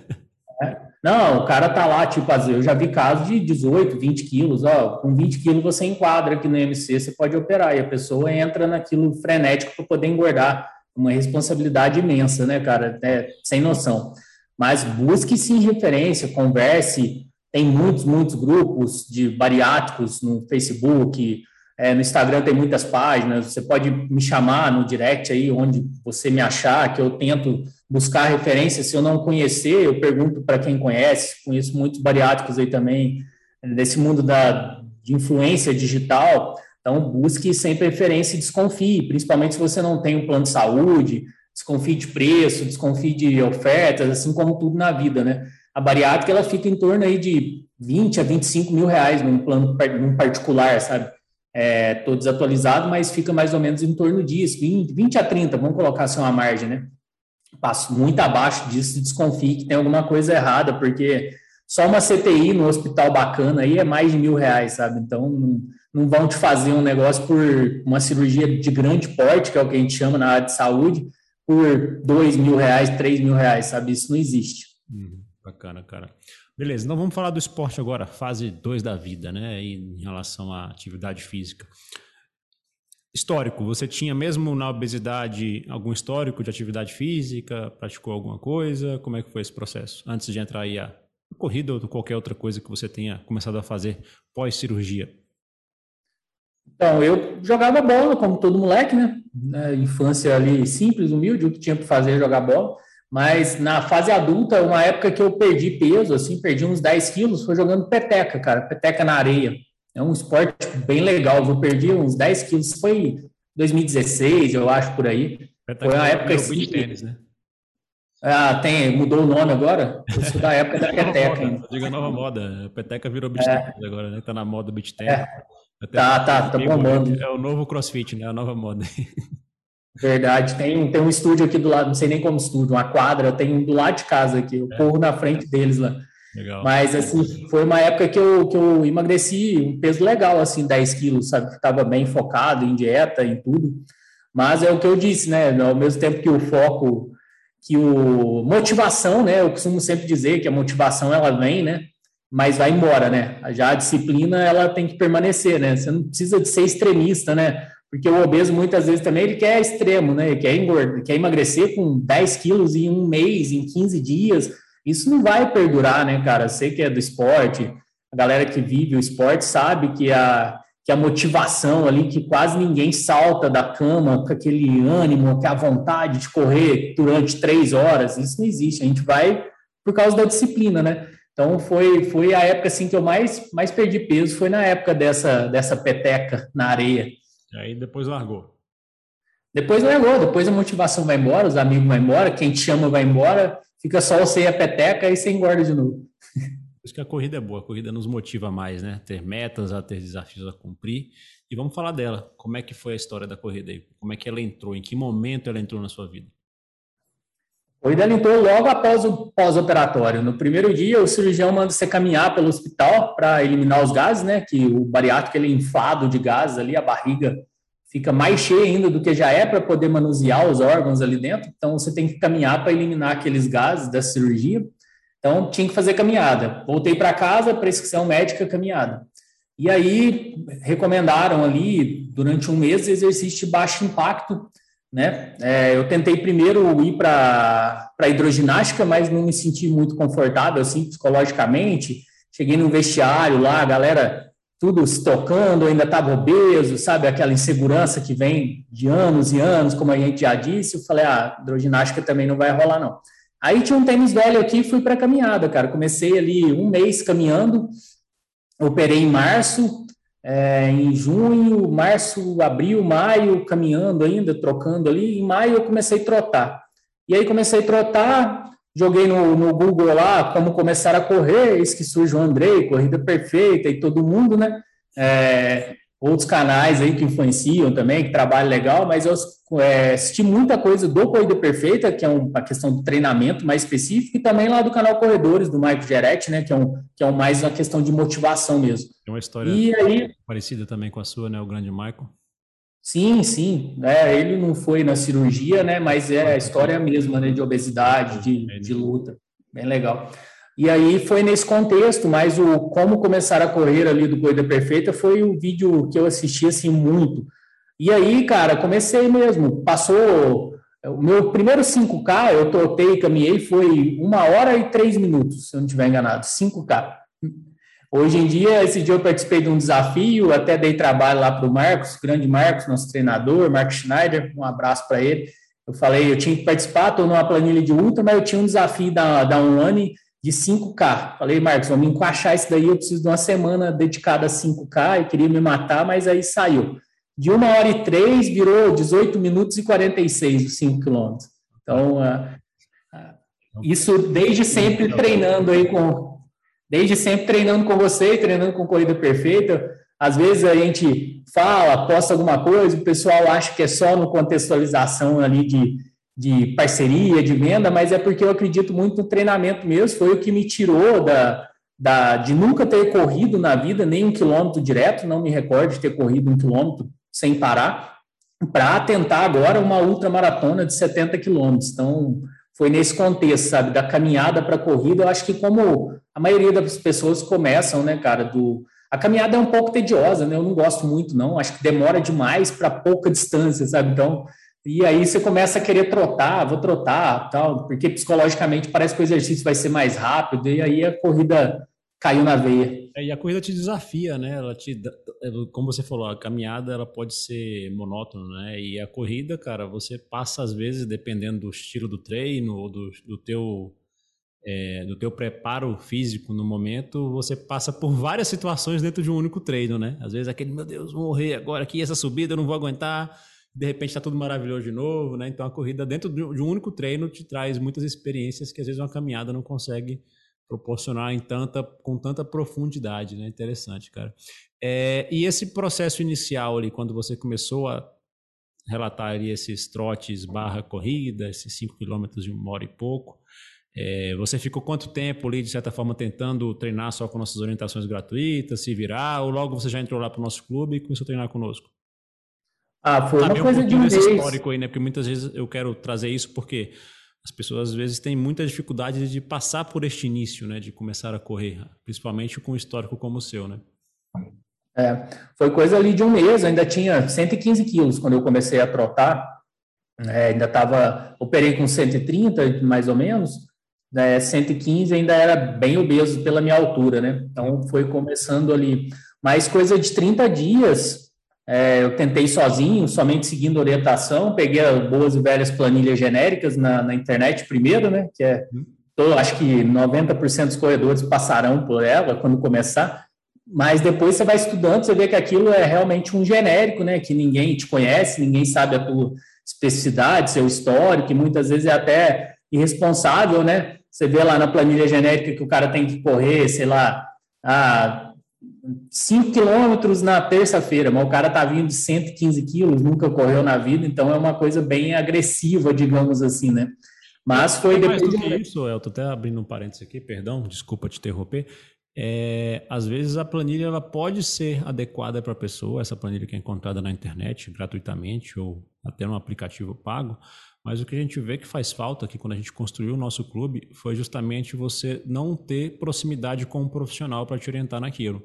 Não, o cara tá lá, tipo, eu já vi casos de dezoito, vinte quilos, ó, com vinte quilos você enquadra aqui no M C, você pode operar, e a pessoa entra naquilo frenético para poder engordar, uma responsabilidade imensa, né, cara, é, sem noção. Mas busque sim referência, converse, tem muitos, muitos grupos de bariátricos no Facebook, é, no Instagram tem muitas páginas, você pode me chamar no direct aí, onde você me achar, que eu tento buscar referência. Se eu não conhecer, eu pergunto para quem conhece, conheço muitos bariátricos aí também, desse mundo da, de influência digital, então busque sempre referência e desconfie, principalmente se você não tem um plano de saúde, desconfie de preço, desconfie de ofertas, assim como tudo na vida, né? A bariátrica, ela fica em torno aí de vinte a vinte e cinco mil reais num plano num particular, sabe? Estou é, desatualizado, mas fica mais ou menos em torno disso, vinte, vinte a trinta, vamos colocar assim uma margem, né? Passo muito abaixo disso, desconfie que tem alguma coisa errada, porque só uma C T I no hospital bacana aí é mais de mil reais, sabe? Então, não, não vão te fazer um negócio por uma cirurgia de grande porte, que é o que a gente chama na área de saúde, por dois mil reais, três mil reais, sabe? Isso não existe. Hum, bacana, cara. Beleza, então vamos falar do esporte agora, fase dois da vida, né? E em relação à atividade física. Histórico, você tinha mesmo na obesidade algum histórico de atividade física? Praticou alguma coisa? Como é que foi esse processo? Antes de entrar aí a corrida ou qualquer outra coisa que você tenha começado a fazer pós-cirurgia? Então, eu jogava bola, como todo moleque, né? Na infância ali simples, humilde, o que tinha para fazer é jogar bola. Mas na fase adulta, uma época que eu perdi peso, assim, perdi uns dez quilos, foi jogando peteca, cara, peteca na areia. É um esporte bem legal, eu perdi uns dez quilos, foi dois mil e dezesseis, eu acho, por aí. Peteca foi uma época assim... assim... tênis, né? Ah, tem, mudou o nome agora? Eu sou da época da peteca ainda. Diga nova moda, a peteca virou beach é. tênis agora, né? Tá na moda beach tênis. É. Tá, tá, tá bombando. É o novo CrossFit, né? A nova moda. Verdade, tem, tem um estúdio aqui do lado, não sei nem como estúdio, uma quadra, tem um do lado de casa aqui, eu é. corro na frente deles lá. Legal. Mas, assim, foi uma época que eu, que eu emagreci um peso legal, assim, dez quilos, sabe? Estava bem focado em dieta, em tudo. Mas é o que eu disse, né? Ao mesmo tempo que o foco, que o motivação, né? Eu costumo sempre dizer que a motivação, ela vem, né? Mas vai embora, né? Já a disciplina, ela tem que permanecer, né? Você não precisa de ser extremista, né? Porque o obeso, muitas vezes, também, ele quer extremo, né? Ele quer engordar, quer emagrecer com dez quilos em um mês, em quinze dias. Isso não vai perdurar, né, cara? Você que é do esporte, a galera que vive o esporte sabe que a, que a motivação ali, que quase ninguém salta da cama com aquele ânimo, com a vontade de correr durante três horas, isso não existe. A gente vai por causa da disciplina, né? Então, foi, foi a época assim, que eu mais, mais perdi peso, foi na época dessa, dessa peteca na areia. E aí depois largou. Depois largou, depois a motivação vai embora, os amigos vão embora, quem te chama vai embora, fica só você e a peteca e você engorda de novo. Por isso que a corrida é boa, a corrida nos motiva mais, né? Ter metas, a ter desafios a cumprir. E vamos falar dela. Como é que foi a história da corrida aí? Como é que ela entrou? Em que momento ela entrou na sua vida? A corrida ela entrou logo após o pós-operatório. No primeiro dia, o cirurgião manda você caminhar pelo hospital para eliminar os gases, né? Que o bariátrico ele é inflado de gases ali, a barriga fica mais cheia ainda do que já é para poder manusear os órgãos ali dentro. Então, você tem que caminhar para eliminar aqueles gases da cirurgia. Então, tinha que fazer caminhada. Voltei para casa, prescrição médica, caminhada. E aí, recomendaram ali, durante um mês, exercício de baixo impacto né? É, eu tentei primeiro ir para a hidroginástica, mas não me senti muito confortável, assim, psicologicamente. Cheguei no vestiário lá, a galera tudo se tocando, eu ainda estava obeso, sabe? Aquela insegurança que vem de anos e anos, como a gente já disse. Eu falei, ah, hidroginástica também não vai rolar, não. Aí tinha um tênis velho aqui e fui para a caminhada, cara. Comecei ali um mês caminhando, operei em março, é, em junho, março, abril, maio, caminhando ainda, trocando ali. Em maio eu comecei a trotar. E aí comecei a trotar, joguei no, no Google lá como começar a correr, eis que surge o Andrei, Corrida Perfeita e todo mundo, né? É, outros canais aí que influenciam também, que trabalham legal, mas eu é, assisti muita coisa do Corrida Perfeita, que é um, a questão do treinamento mais específico, e também lá do canal Corredores, do Michael Geretti, né? Que é, um, que é um mais uma questão de motivação mesmo. Tem uma história E aí, parecida também com a sua, né? O grande Michael. sim, sim, né? Ele não foi na cirurgia, né? Mas é a história mesma, né? De obesidade, de, de luta, bem legal. E aí foi nesse contexto, mas o como começar a correr ali do Corrida Perfeita foi o vídeo que eu assisti assim muito. E aí, cara, comecei mesmo. Passou o meu primeiro cinco K, eu trotei e caminhei, foi uma hora e três minutos, se eu não estiver enganado, cinco K. Hoje em dia, esse dia eu participei de um desafio, até dei trabalho lá para o Marcos, grande Marcos, nosso treinador, Marcos Schneider, um abraço para ele. Eu falei, eu tinha que participar, estou numa planilha de ultra, mas eu tinha um desafio da, da Online de cinco K. Falei, Marcos, vamos encaixar isso daí, eu preciso de uma semana dedicada a cinco K, e queria me matar, mas aí saiu. De uma hora e três, virou dezoito minutos e quarenta e seis os cinco quilômetros. Então, uh, uh, isso desde sempre treinando aí com... Desde sempre treinando com você, treinando com Corrida Perfeita. Às vezes a gente fala, posta alguma coisa, o pessoal acha que é só no contextualização ali de, de parceria, de venda, mas é porque eu acredito muito no treinamento mesmo. Foi o que me tirou da, da, de nunca ter corrido na vida, nem um quilômetro direto, não me recordo de ter corrido um quilômetro sem parar, para tentar agora uma ultramaratona de setenta quilômetros. Então, foi nesse contexto, sabe, da caminhada para a corrida. Eu acho que como a maioria das pessoas começam, né, cara, do... A caminhada é um pouco tediosa, né, eu não gosto muito, não, acho que demora demais para pouca distância, sabe, então, e aí você começa a querer trotar, vou trotar, tal, porque psicologicamente parece que o exercício vai ser mais rápido, e aí a corrida caiu na veia. É, e a corrida te desafia, né? Ela te, como você falou, a caminhada ela pode ser monótona, né? E a corrida, cara, você passa às vezes, dependendo do estilo do treino ou do, do teu é, do teu preparo físico no momento, você passa por várias situações dentro de um único treino, né? Às vezes aquele, meu Deus, vou morrer agora aqui, essa subida eu não vou aguentar, de repente está tudo maravilhoso de novo, né? Então a corrida dentro de um único treino te traz muitas experiências que às vezes uma caminhada não consegue proporcionar em tanta, com tanta profundidade, né? Interessante, cara. É, e esse processo inicial ali, quando você começou a relatar ali esses trotes barra corrida, esses cinco quilômetros de uma hora e pouco, é, você ficou quanto tempo ali, de certa forma, tentando treinar só com nossas orientações gratuitas, se virar, ou logo você já entrou lá para o nosso clube e começou a treinar conosco? Ah, foi Saber uma um coisa de um desse mês. histórico aí, né? Porque muitas vezes eu quero trazer isso porque as pessoas às vezes têm muita dificuldade de passar por este início, né? De começar a correr, principalmente com um histórico como o seu, né? É, foi coisa ali de um mês, eu ainda tinha cento e quinze quilos quando eu comecei a trotar, é, ainda estava, operei com cento e trinta mais ou menos, né, cento e quinze ainda era bem obeso pela minha altura, né? Então foi começando ali, mas coisa de trinta dias, é, eu tentei sozinho, somente seguindo orientação, peguei as boas e velhas planilhas genéricas na, na internet primeiro, né? Que é, eu acho que noventa por cento dos corredores passarão por ela quando começar. Mas depois você vai estudando, você vê que aquilo é realmente um genérico, né? Que ninguém te conhece, ninguém sabe a tua especificidade, seu histórico, e muitas vezes é até irresponsável, né? Você vê lá na planilha genérica que o cara tem que correr, sei lá, a cinco quilômetros na terça-feira, mas o cara tá vindo de cento e quinze quilos, nunca correu na vida, então é uma coisa bem agressiva, digamos assim, né? Mas foi depois depois do de... que isso, Elton, até abrindo um parênteses aqui, perdão, desculpa te interromper. É, às vezes a planilha ela pode ser adequada para a pessoa, essa planilha que é encontrada na internet gratuitamente ou até no aplicativo pago, mas o que a gente vê que faz falta aqui quando a gente construiu o nosso clube foi justamente você não ter proximidade com um profissional para te orientar naquilo.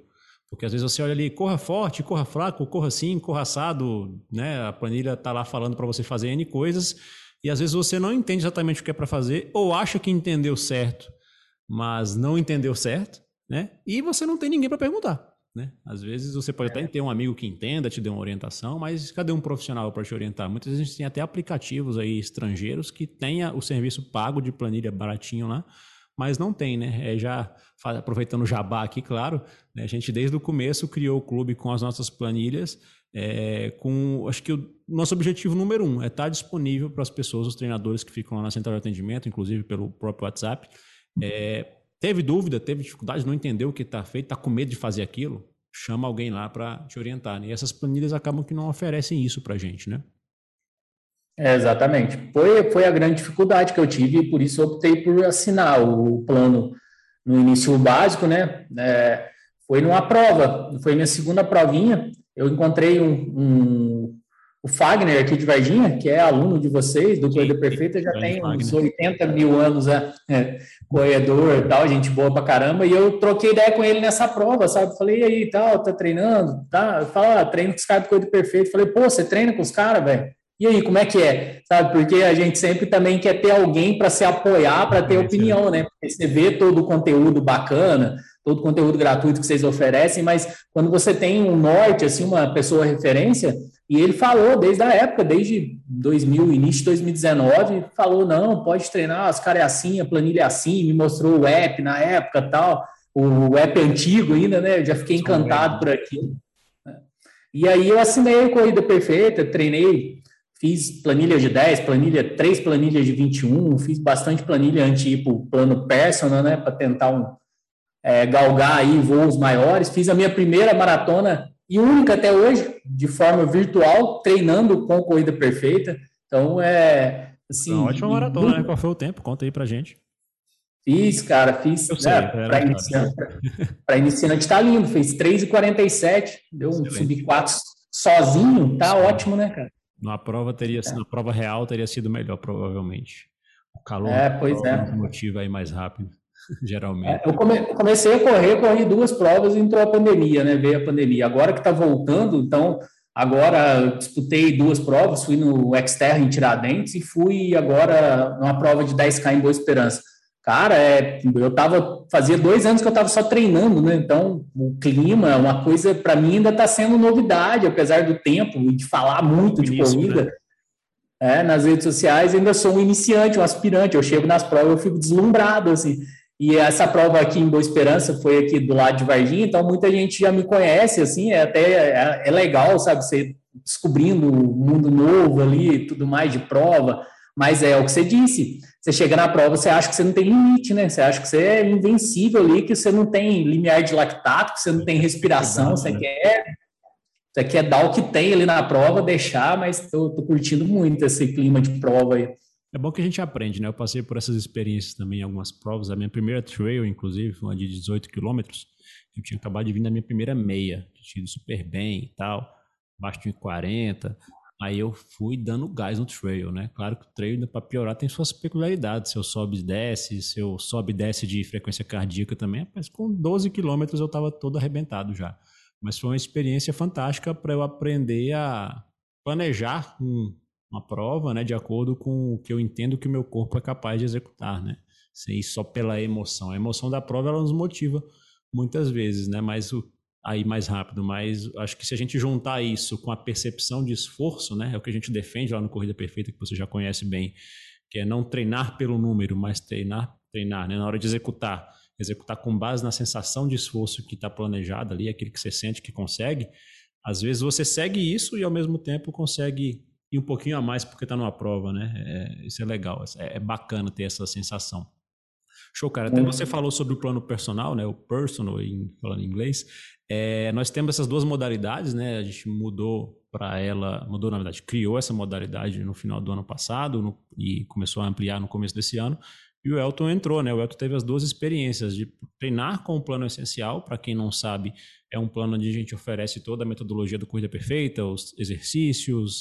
Porque às vezes você olha ali, corra forte, corra fraco, corra assim, corra assado, né? A planilha está lá falando para você fazer N coisas e às vezes você não entende exatamente o que é para fazer ou acha que entendeu certo, mas não entendeu certo, né? E você não tem ninguém para perguntar, né? Às vezes você pode até ter um amigo que entenda, te dê uma orientação, mas cadê um profissional para te orientar? Muitas vezes a gente tem até aplicativos aí estrangeiros que tenha o serviço pago de planilha baratinho lá, mas não tem, né? É já aproveitando o jabá aqui, claro, né? A gente desde o começo criou o clube com as nossas planilhas, é, com, acho que o nosso objetivo número um é estar disponível para as pessoas, os treinadores que ficam lá na central de atendimento, inclusive pelo próprio WhatsApp. É, teve dúvida, teve dificuldade, não entendeu o que está feito, está com medo de fazer aquilo, chama alguém lá para te orientar, né? E essas planilhas acabam que não oferecem isso para a gente, né? É, exatamente. Foi, foi a grande dificuldade que eu tive e por isso eu optei por assinar o plano no início básico, né? É, foi numa prova, foi minha segunda provinha. Eu encontrei um, um, o Fagner aqui de Varginha, que é aluno de vocês, do Corrida Perfeita, já tem uns oitenta mil anos, é, é, corredor e tal, gente boa pra caramba, e eu troquei ideia com ele nessa prova, sabe? Falei, e aí, tal, tá treinando? Tá? Fala, ah, treino com os caras do Corrida Perfeita. Falei, pô, você treina com os caras, velho? E aí, como é que é? Sabe, porque a gente sempre também quer ter alguém para se apoiar, para ter opinião, né? Porque você vê todo o conteúdo bacana, todo o conteúdo gratuito que vocês oferecem, mas quando você tem um norte, assim, uma pessoa referência, e ele falou desde a época, desde dois mil, início de dois mil e dezenove, falou, não, pode treinar, os caras é assim, a planilha é assim, me mostrou o app na época tal, o app antigo ainda, né? Eu já fiquei encantado por aquilo. E aí eu assinei a Corrida Perfeita, treinei. Fiz planilha de dez, planilha, três planilhas de vinte e um, fiz bastante planilha antes de ir para o plano personal, né, para tentar um, é, galgar aí voos maiores. Fiz a minha primeira maratona e única até hoje, de forma virtual, treinando com Corrida Perfeita. Então, é assim... Uma ótima maratona, muito... né? Qual foi o tempo? Conta aí pra gente. Fiz, cara, fiz... É, para iniciante, para iniciante tá lindo, fez três e quarenta e sete, deu um sub quatro sozinho, tá Sim. ótimo, né, cara? Na prova teria é. na prova real teria sido melhor, provavelmente. O calor é, pois é. motiva aí mais rápido, geralmente. É, eu, come, eu comecei a correr, corri duas provas e entrou a pandemia, né? Veio a pandemia. Agora que está voltando, então, agora eu disputei duas provas, fui no Xterra em Tiradentes e fui agora numa prova de dez K em Boa Esperança. Cara, é, eu tava, fazia dois anos que eu estava só treinando, né? Então, o clima, uma coisa, para mim, ainda está sendo novidade, apesar do tempo e de falar muito de Início, corrida. Né? É, nas redes sociais, ainda sou um iniciante, um aspirante. Eu chego nas provas, eu fico deslumbrado, assim. E essa prova aqui em Boa Esperança foi aqui do lado de Varginha, então muita gente já me conhece, assim, é até é, é legal, sabe? Você descobrindo um mundo novo ali, tudo mais de prova. Mas é o que você disse, você chega na prova, você acha que você não tem limite, né? Você acha que você é invencível ali, que você não tem limiar de lactato, que você não tem respiração, você quer, você quer dar o que tem ali na prova, deixar, mas tô, tô curtindo muito esse clima de prova aí. É bom que a gente aprende, né? Eu passei por essas experiências também em algumas provas. A minha primeira trail, inclusive, foi uma de dezoito quilômetros. Eu tinha acabado de vir na minha primeira meia, tinha ido super bem e tal, abaixo de quarenta. Aí eu fui dando gás no trail, né? Claro que o trail, ainda para piorar, tem suas peculiaridades. Se eu sobe e desce, se eu sobe e desce de frequência cardíaca também, mas com doze quilômetros eu estava todo arrebentado já. Mas foi uma experiência fantástica para eu aprender a planejar um, uma prova, né? De acordo com o que eu entendo que o meu corpo é capaz de executar, né? Sem ir só pela emoção. A emoção da prova, ela nos motiva muitas vezes, né? Mas o aí mais rápido, mas acho que se a gente juntar isso com a percepção de esforço, né, é o que a gente defende lá no Corrida Perfeita, que você já conhece bem, que é não treinar pelo número, mas treinar, treinar, né, na hora de executar, executar com base na sensação de esforço que está planejado ali, aquele que você sente que consegue, às vezes você segue isso e ao mesmo tempo consegue ir um pouquinho a mais porque está numa prova, né, é, isso é legal, é, é bacana ter essa sensação. Show, cara. Até você falou sobre o plano personal, né? O personal, em, falando em inglês. É, nós temos essas duas modalidades, né? A gente mudou para ela, mudou na verdade, criou essa modalidade no final do ano passado no, e começou a ampliar no começo desse ano. E o Elton entrou, né? O Elton teve as duas experiências de treinar com o plano essencial. Para quem não sabe, é um plano onde a gente oferece toda a metodologia do Corrida Perfeita, os exercícios,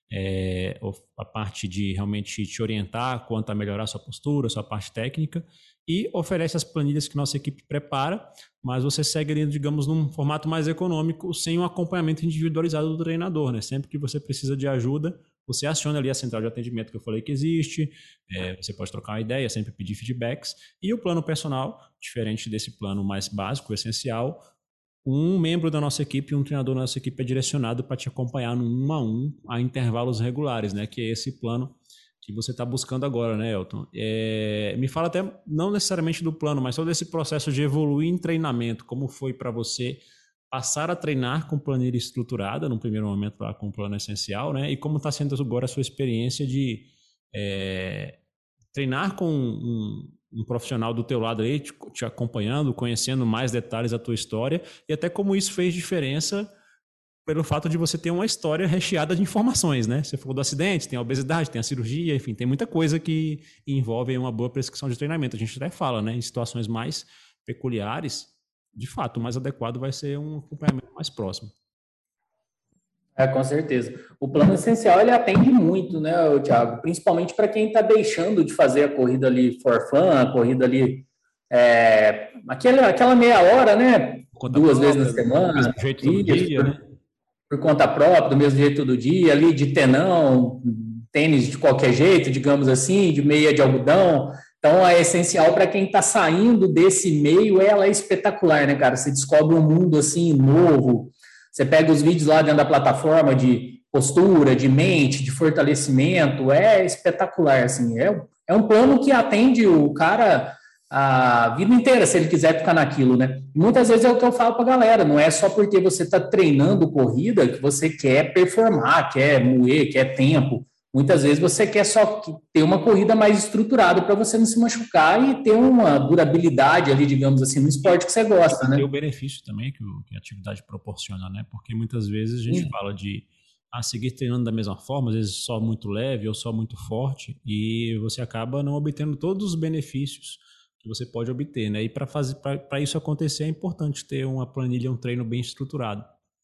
é, a parte de realmente te orientar quanto a melhorar sua postura, sua parte técnica, e oferece as planilhas que nossa equipe prepara, mas você segue ali, digamos, num formato mais econômico, sem um acompanhamento individualizado do treinador, né? Sempre que você precisa de ajuda, você aciona ali a central de atendimento que eu falei que existe, é, você pode trocar uma ideia, sempre pedir feedbacks, e o plano personal, diferente desse plano mais básico, essencial, um membro da nossa equipe, um treinador da nossa equipe é direcionado para te acompanhar no um a um a intervalos regulares, né? Que é esse plano que você está buscando agora, né, Elton? É, me fala até, não necessariamente do plano, mas só desse processo de evoluir em treinamento. Como foi para você passar a treinar com planilha estruturada, no primeiro momento lá com o plano essencial, né? E como está sendo agora a sua experiência de é, treinar com um, um profissional do teu lado aí, te, te acompanhando, conhecendo mais detalhes da tua história e até como isso fez diferença pelo fato de você ter uma história recheada de informações, né? Você falou do acidente, tem a obesidade, tem a cirurgia, enfim, tem muita coisa que envolve uma boa prescrição de treinamento. A gente até fala, né? Em situações mais peculiares, de fato, o mais adequado vai ser um acompanhamento mais próximo. É, com certeza. O plano essencial, ele atende muito, né, Thiago? Principalmente para quem está deixando de fazer a corrida ali for fun, a corrida ali, é, aquela, aquela meia hora, né? Duas vezes na semana. Do mesmo jeito todo dia, né? Por conta própria, do mesmo jeito todo dia, ali de tenão, tênis de qualquer jeito, digamos assim, de meia de algodão. Então, é essencial para quem está saindo desse meio, ela é espetacular, né, cara? Você descobre um mundo, assim, novo. Você pega os vídeos lá dentro da plataforma de postura, de mente, de fortalecimento, é espetacular, assim. É, é um plano que atende o cara a vida inteira, se ele quiser ficar naquilo, né? Muitas vezes é o que eu falo para a galera, não é só porque você está treinando corrida que você quer performar, quer moer, quer tempo. Muitas vezes você quer só ter uma corrida mais estruturada para você não se machucar e ter uma durabilidade ali, digamos assim, no esporte que você gosta, né? E o benefício também que, o, que a atividade proporciona, né? Porque muitas vezes a gente Sim. fala de a seguir treinando da mesma forma, às vezes só muito leve ou só muito forte, e você acaba não obtendo todos os benefícios que você pode obter, né? E para fazer para isso acontecer é importante ter uma planilha, um treino bem estruturado.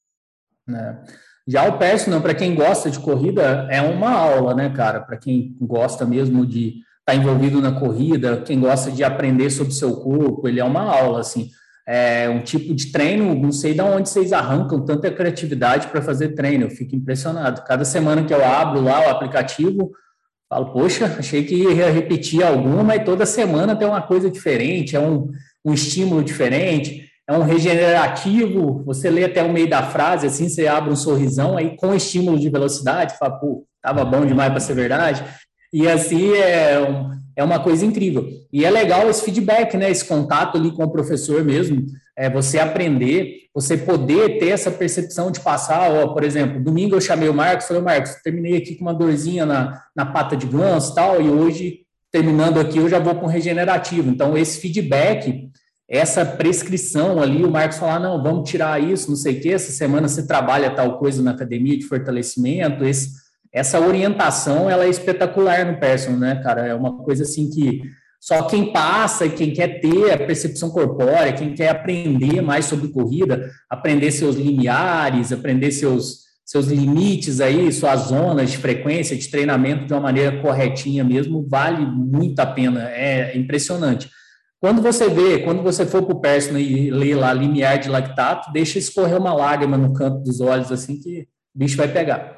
É. Já o personal, para quem gosta de corrida, é uma aula, né, cara? Para quem gosta mesmo de estar tá envolvido na corrida, quem gosta de aprender sobre o seu corpo, ele é uma aula, assim. É um tipo de treino, não sei de onde vocês arrancam tanta criatividade para fazer treino, eu fico impressionado. Cada semana que eu abro lá o aplicativo, falo, poxa, achei que ia repetir alguma, e toda semana tem uma coisa diferente, é um, um estímulo diferente, é um regenerativo, você lê até o meio da frase, assim, você abre um sorrisão, aí com estímulo de velocidade, fala, pô, tava bom demais para ser verdade, e assim é, um, é uma coisa incrível. E é legal esse feedback, né, esse contato ali com o professor mesmo, é você aprender, você poder ter essa percepção de passar, ó, por exemplo, domingo eu chamei o Marcos, falei, Marcos, terminei aqui com uma dorzinha na, na pata de ganso e tal, e hoje, terminando aqui, eu já vou com regenerativo. Então, esse feedback, essa prescrição ali, o Marcos falar, não, vamos tirar isso, não sei o quê, essa semana você trabalha tal coisa na academia de fortalecimento, esse, essa orientação, ela é espetacular no personal, né, cara? É uma coisa assim que só quem passa e quem quer ter a percepção corpórea, quem quer aprender mais sobre corrida, aprender seus limiares, aprender seus, seus limites aí, suas zonas de frequência, de treinamento de uma maneira corretinha mesmo, vale muito a pena, é impressionante. Quando você vê, quando você for para o personal e ler lá limiar de lactato, deixa escorrer uma lágrima no canto dos olhos, assim que o bicho vai pegar.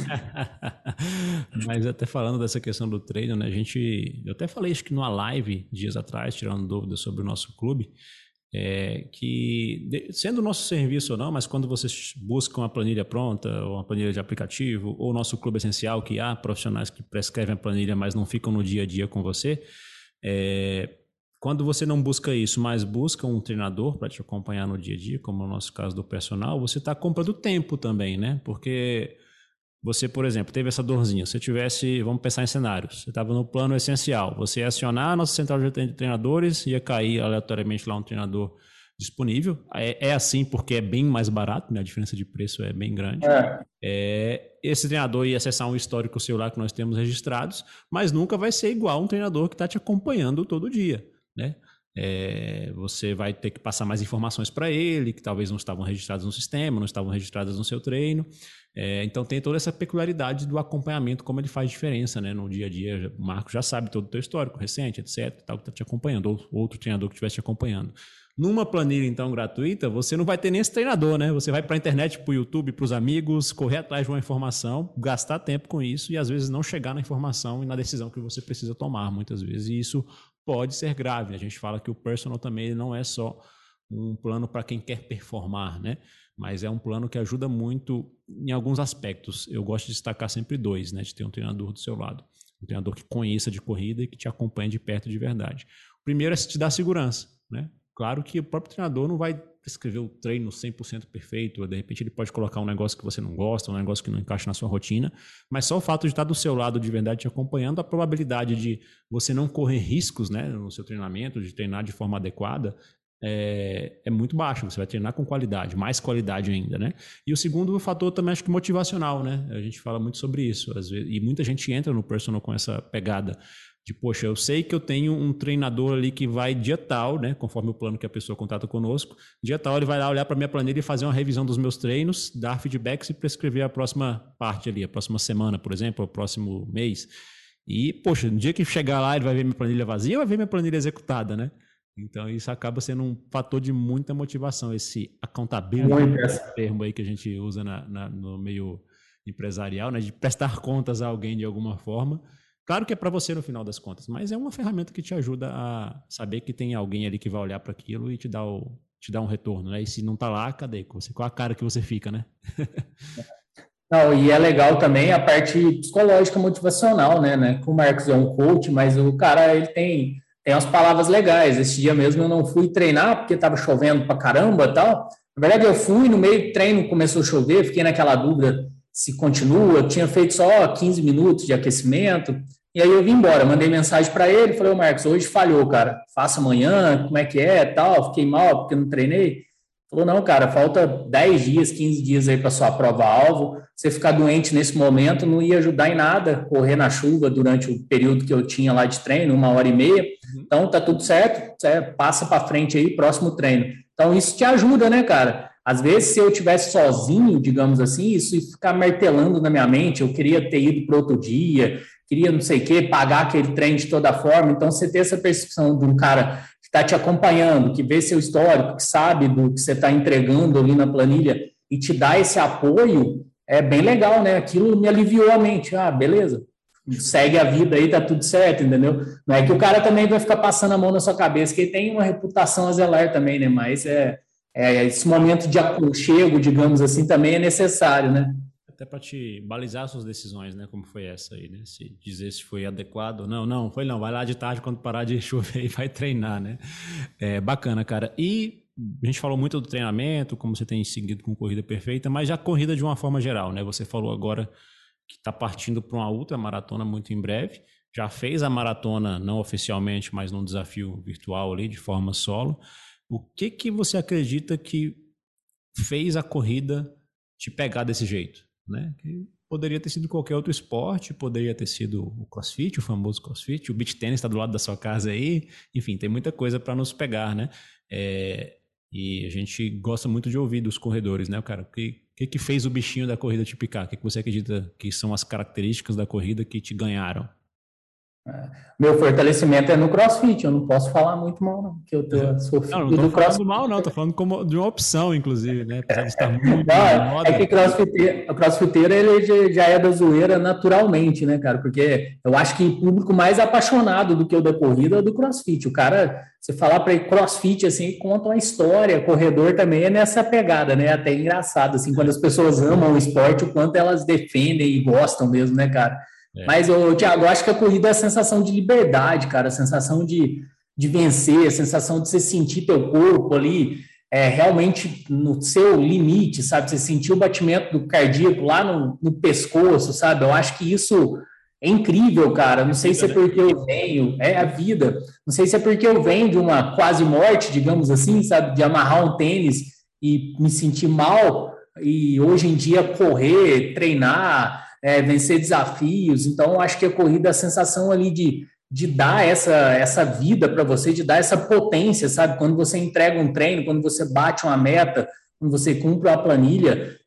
Mas até falando dessa questão do treino, né? A gente, eu até falei acho que numa live dias atrás, tirando dúvidas sobre o nosso clube, é, que sendo o nosso serviço ou não, mas quando você busca uma planilha pronta, ou uma planilha de aplicativo, ou o nosso clube essencial, que há profissionais que prescrevem a planilha, mas não ficam no dia a dia com você, é, quando você não busca isso, mas busca um treinador para te acompanhar no dia a dia, como no nosso caso do personal, você está comprando tempo também, né? Porque você, por exemplo, teve essa dorzinha, se tivesse, vamos pensar em cenários, você estava no plano essencial, você ia acionar a nossa central de treinadores, ia cair aleatoriamente lá um treinador disponível, é, é assim porque é bem mais barato, né? A diferença de preço é bem grande. É. É, esse treinador ia acessar um histórico seu lá que nós temos registrados, mas nunca vai ser igual um treinador que está te acompanhando todo dia, né? É, você vai ter que passar mais informações para ele, que talvez não estavam registradas no sistema, não estavam registradas no seu treino. É, então tem toda essa peculiaridade do acompanhamento, como ele faz diferença, né? No dia a dia. O Marco já sabe todo o teu histórico recente, etc, tal, que está te acompanhando, ou outro treinador que estivesse te acompanhando. Numa planilha, então, gratuita, você não vai ter nem esse treinador, né? Você vai para a internet, para o YouTube, para os amigos, correr atrás de uma informação, gastar tempo com isso e, às vezes, não chegar na informação e na decisão que você precisa tomar, muitas vezes. E isso pode ser grave. A gente fala que o personal também não é só um plano para quem quer performar, né? Mas é um plano que ajuda muito em alguns aspectos. Eu gosto de destacar sempre dois, né? De ter um treinador do seu lado. Um treinador que conheça de corrida e que te acompanhe de perto de verdade. O primeiro é te dar segurança, né? Claro que o próprio treinador não vai prescrever o treino cem por cento perfeito, ou de repente ele pode colocar um negócio que você não gosta, um negócio que não encaixa na sua rotina, mas só o fato de estar do seu lado de verdade te acompanhando, a probabilidade de você não correr riscos, né, no seu treinamento, de treinar de forma adequada, é, é muito baixa. Você vai treinar com qualidade, mais qualidade ainda, né? E o segundo fator também acho que motivacional, né? A gente fala muito sobre isso, às vezes, e muita gente entra no personal com essa pegada de, poxa, eu sei que eu tenho um treinador ali que vai dia tal, né, conforme o plano que a pessoa contrata conosco, dia tal ele vai lá olhar para a minha planilha e fazer uma revisão dos meus treinos, dar feedbacks e prescrever a próxima parte ali, a próxima semana, por exemplo, o próximo mês. E, poxa, no dia que chegar lá ele vai ver minha planilha vazia ou vai ver minha planilha executada, né? Então isso acaba sendo um fator de muita motivação, esse accountability, esse termo aí que a gente usa na, na, no meio empresarial, né, de prestar contas a alguém de alguma forma. Claro que é para você no final das contas, mas é uma ferramenta que te ajuda a saber que tem alguém ali que vai olhar para aquilo e te dar, o, te dar um retorno, né? E se não tá lá, cadê? Qual a cara que você fica, né? Não, e é legal também a parte psicológica motivacional, né? né? O Marcos é um coach, mas o cara, ele tem, tem umas palavras legais. Esse dia mesmo eu não fui treinar porque estava chovendo pra caramba e tal. Na verdade, eu fui, no meio do treino começou a chover, fiquei naquela dúvida se continua, eu tinha feito só quinze minutos de aquecimento, e aí eu vim embora, mandei mensagem para ele, falei, ô Marcos, hoje falhou, cara, faça amanhã, como é que é, tal, fiquei mal porque não treinei. Falou, não, cara, falta dez dias, quinze dias aí para sua prova-alvo, você ficar doente nesse momento não ia ajudar em nada, correr na chuva durante o período que eu tinha lá de treino, uma hora e meia, então tá tudo certo, passa para frente aí, próximo treino. Então isso te ajuda, né, cara? Às vezes, se eu estivesse sozinho, digamos assim, isso ia ficar martelando na minha mente, eu queria ter ido para outro dia, queria não sei o quê, pagar aquele trem de toda forma. Então, você ter essa percepção de um cara que está te acompanhando, que vê seu histórico, que sabe do que você está entregando ali na planilha e te dá esse apoio, é bem legal, né? Aquilo me aliviou a mente. Ah, beleza, segue a vida aí, tá tudo certo, entendeu? Não é que o cara também vai ficar passando a mão na sua cabeça, que ele tem uma reputação a zelar também, né? Mas é... É, esse momento de aconchego, digamos assim, também é necessário, né? Até para te balizar suas decisões, né? Como foi essa aí, né? Se dizer se foi adequado. Não, não, foi não. Vai lá de tarde quando parar de chover e vai treinar, né? É bacana, cara. E a gente falou muito do treinamento, como você tem seguido com Corrida Perfeita, mas já corrida de uma forma geral, né? Você falou agora que está partindo para uma ultramaratona muito em breve. Já fez a maratona, não oficialmente, mas num desafio virtual ali, de forma solo. O que que você acredita que fez a corrida te pegar desse jeito, né? Que poderia ter sido qualquer outro esporte, poderia ter sido o CrossFit, o famoso CrossFit, o beach tennis está do lado da sua casa aí, enfim, tem muita coisa para nos pegar, né? É, e a gente gosta muito de ouvir dos corredores, né, cara? O que, que que fez o bichinho da corrida te picar? O que que você acredita que são as características da corrida que te ganharam? Meu fortalecimento é no CrossFit, eu não posso falar muito mal, não, porque eu tô, sou filho não, não tô do falando CrossFit. mal, não, tô falando como de uma opção, inclusive, né? Apesar de estar muito Não, moda. é que crossfiteiro, o crossfiteiro ele já é da zoeira naturalmente, né, cara? Porque eu acho que o público mais apaixonado do que o da corrida é o do CrossFit. O cara, você falar para ele CrossFit, assim, conta uma história. Corredor também é nessa pegada, né? Até engraçado, assim, quando as pessoas amam o esporte, o quanto elas defendem e gostam mesmo, né, cara? É. Mas, ô, Thiago, eu acho que a corrida é a sensação de liberdade, cara, a sensação de, de vencer, a sensação de você sentir teu corpo ali é, realmente no seu limite, sabe? Você sentir o batimento do cardíaco lá no, no pescoço, sabe? Eu acho que isso é incrível, cara. Não sei se é porque eu venho, é a vida. Não sei se é porque eu venho de uma quase morte, digamos assim, sabe? De amarrar um tênis e me sentir mal e hoje em dia correr, treinar, É, vencer desafios. Então, eu acho que a corrida, a sensação ali de, de dar essa, essa vida para você, de dar essa potência, sabe? Quando você entrega um treino, quando você bate uma meta, quando você cumpre uma planilha,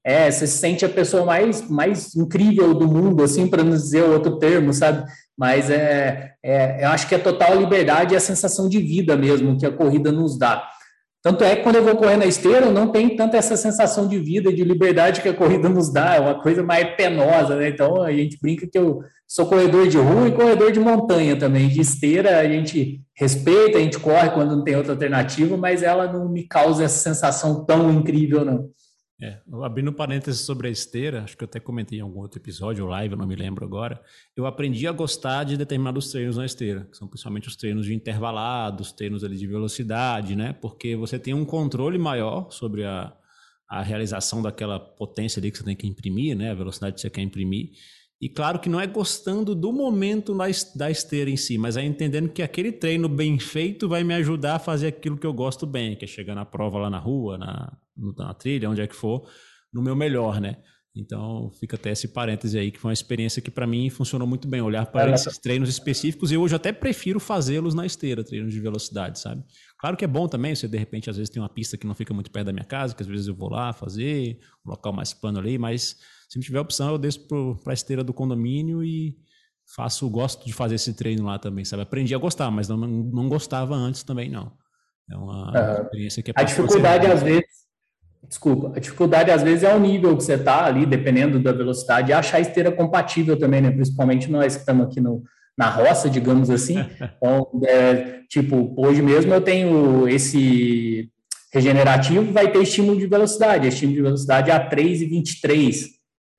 É, você se sente a pessoa mais, mais incrível do mundo, assim, para não dizer outro termo, sabe? Mas é, é, eu acho que é total liberdade e a sensação de vida mesmo que a corrida nos dá. Tanto é que quando eu vou correr na esteira, eu não tenho tanta essa sensação de vida e de liberdade que a corrida nos dá, é uma coisa mais penosa, né? Então a gente brinca que eu sou corredor de rua e corredor de montanha também. De esteira a gente respeita, a gente corre quando não tem outra alternativa, mas ela não me causa essa sensação tão incrível, não. É, abrindo parênteses sobre a esteira, acho que eu até comentei em algum outro episódio ou live, eu não me lembro agora, eu aprendi a gostar de determinados treinos na esteira, que são principalmente os treinos de intervalados, treinos ali de velocidade, né? Porque você tem um controle maior sobre a, a realização daquela potência ali que você tem que imprimir, né? A velocidade que você quer imprimir. E claro que não é gostando do momento da esteira em si, mas é entendendo que aquele treino bem feito vai me ajudar a fazer aquilo que eu gosto bem, que é chegar na prova lá na rua, na, na trilha, onde é que for, no meu melhor, né? Então fica até esse parêntese aí, que foi uma experiência que para mim funcionou muito bem, olhar para esses treinos específicos, e hoje até prefiro fazê-los na esteira, treinos de velocidade, sabe? Claro que é bom também, você de repente às vezes tem uma pista que não fica muito perto da minha casa, que às vezes eu vou lá fazer, um local mais plano ali, mas se não tiver opção eu desço para a esteira do condomínio e faço, gosto de fazer esse treino lá também, sabe? Aprendi a gostar, mas não, não gostava antes também, não. É uma uhum. experiência que é a dificuldade às vezes Desculpa, a dificuldade às vezes é o nível que você está ali, dependendo da velocidade, e achar a esteira compatível também, né? Principalmente nós que estamos aqui no, na roça, digamos assim. Então, é, tipo, hoje mesmo eu tenho esse regenerativo, vai ter estímulo de velocidade, estímulo de velocidade a três e vinte e três.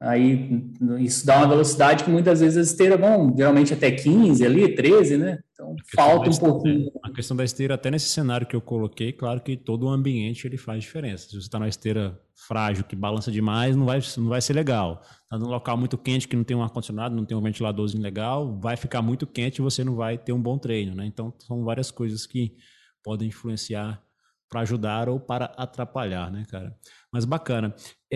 Aí isso dá uma velocidade que muitas vezes as esteiras vão geralmente até quinze ali, treze, né? Então falta um pouquinho. A questão da esteira, até nesse cenário que eu coloquei, claro que todo o ambiente ele faz diferença. Se você está numa esteira frágil, que balança demais, não vai, não vai ser legal. Está num local muito quente, que não tem um ar-condicionado, não tem um ventiladorzinho legal, vai ficar muito quente e você não vai ter um bom treino, né? Então são várias coisas que podem influenciar para ajudar ou para atrapalhar, né, cara? Mas bacana.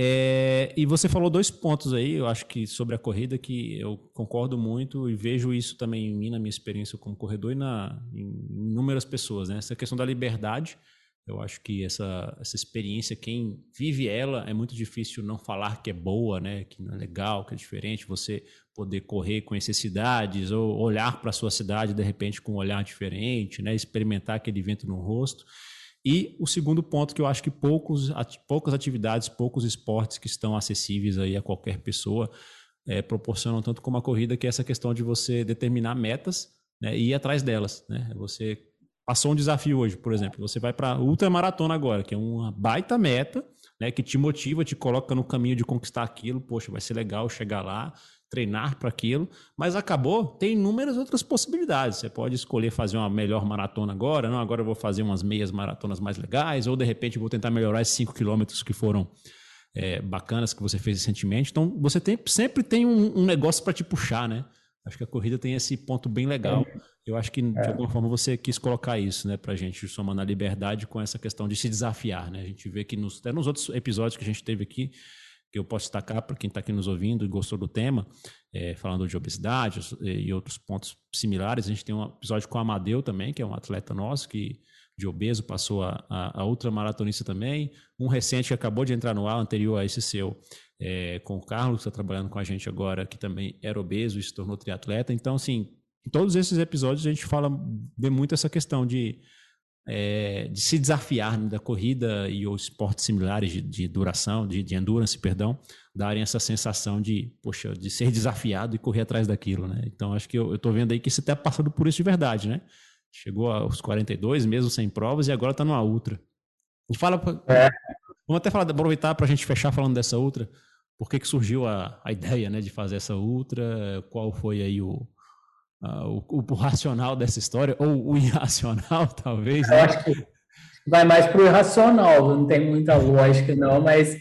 É, e você falou dois pontos aí, eu acho que sobre a corrida, que eu concordo muito e vejo isso também em mim, na minha experiência como corredor e na, em inúmeras pessoas, né? Essa questão da liberdade, eu acho que essa, essa experiência, quem vive ela, é muito difícil não falar que é boa, né? Que não é legal, que é diferente, você poder correr com essas cidades ou olhar para a sua cidade, de repente, com um olhar diferente, né? Experimentar aquele vento no rosto. E o segundo ponto que eu acho que poucos, poucas atividades, poucos esportes que estão acessíveis aí a qualquer pessoa é, proporcionam tanto como a corrida, que é essa questão de você determinar metas, né, e ir atrás delas, né? Você passou um desafio hoje, por exemplo, você vai para a ultramaratona agora, que é uma baita meta, né, que te motiva, te coloca no caminho de conquistar aquilo, poxa, vai ser legal chegar lá, treinar para aquilo, mas acabou, tem inúmeras outras possibilidades. Você pode escolher fazer uma melhor maratona agora, não, agora eu vou fazer umas meias maratonas mais legais, ou de repente vou tentar melhorar esses cinco quilômetros que foram é, bacanas que você fez recentemente. Então, você tem, sempre tem um, um negócio para te puxar, né? Acho que a corrida tem esse ponto bem legal. Eu acho que, de é. alguma forma, você quis colocar isso, né, pra gente, somando a liberdade com essa questão de se desafiar, né? A gente vê que nos, até nos outros episódios que a gente teve aqui, que eu posso destacar para quem está aqui nos ouvindo e gostou do tema, é, falando de obesidade e outros pontos similares. A gente tem um episódio com o Amadeu também, que é um atleta nosso, que de obeso passou a, a, a ultramaratonista também. Um recente que acabou de entrar no ar, anterior a esse seu, é, com o Carlos, que está trabalhando com a gente agora, que também era obeso e se tornou triatleta. Então, assim, em todos esses episódios a gente fala, vê muito essa questão de É, de se desafiar, né, da corrida e os esportes similares de, de duração, de, de endurance, perdão, darem essa sensação de, poxa, de ser desafiado e correr atrás daquilo, né? Então, acho que eu, eu tô vendo aí que você está passando por isso de verdade, né? Chegou aos quarenta e dois, mesmo sem provas, e agora está numa ultra. E fala, é. Vamos até falar, aproveitar para a gente fechar falando dessa ultra, por que que surgiu a, a ideia, né, de fazer essa ultra, qual foi aí o Uh, o, o racional dessa história, ou o irracional, talvez, né? Eu acho que vai mais para o irracional, não tem muita lógica, não, mas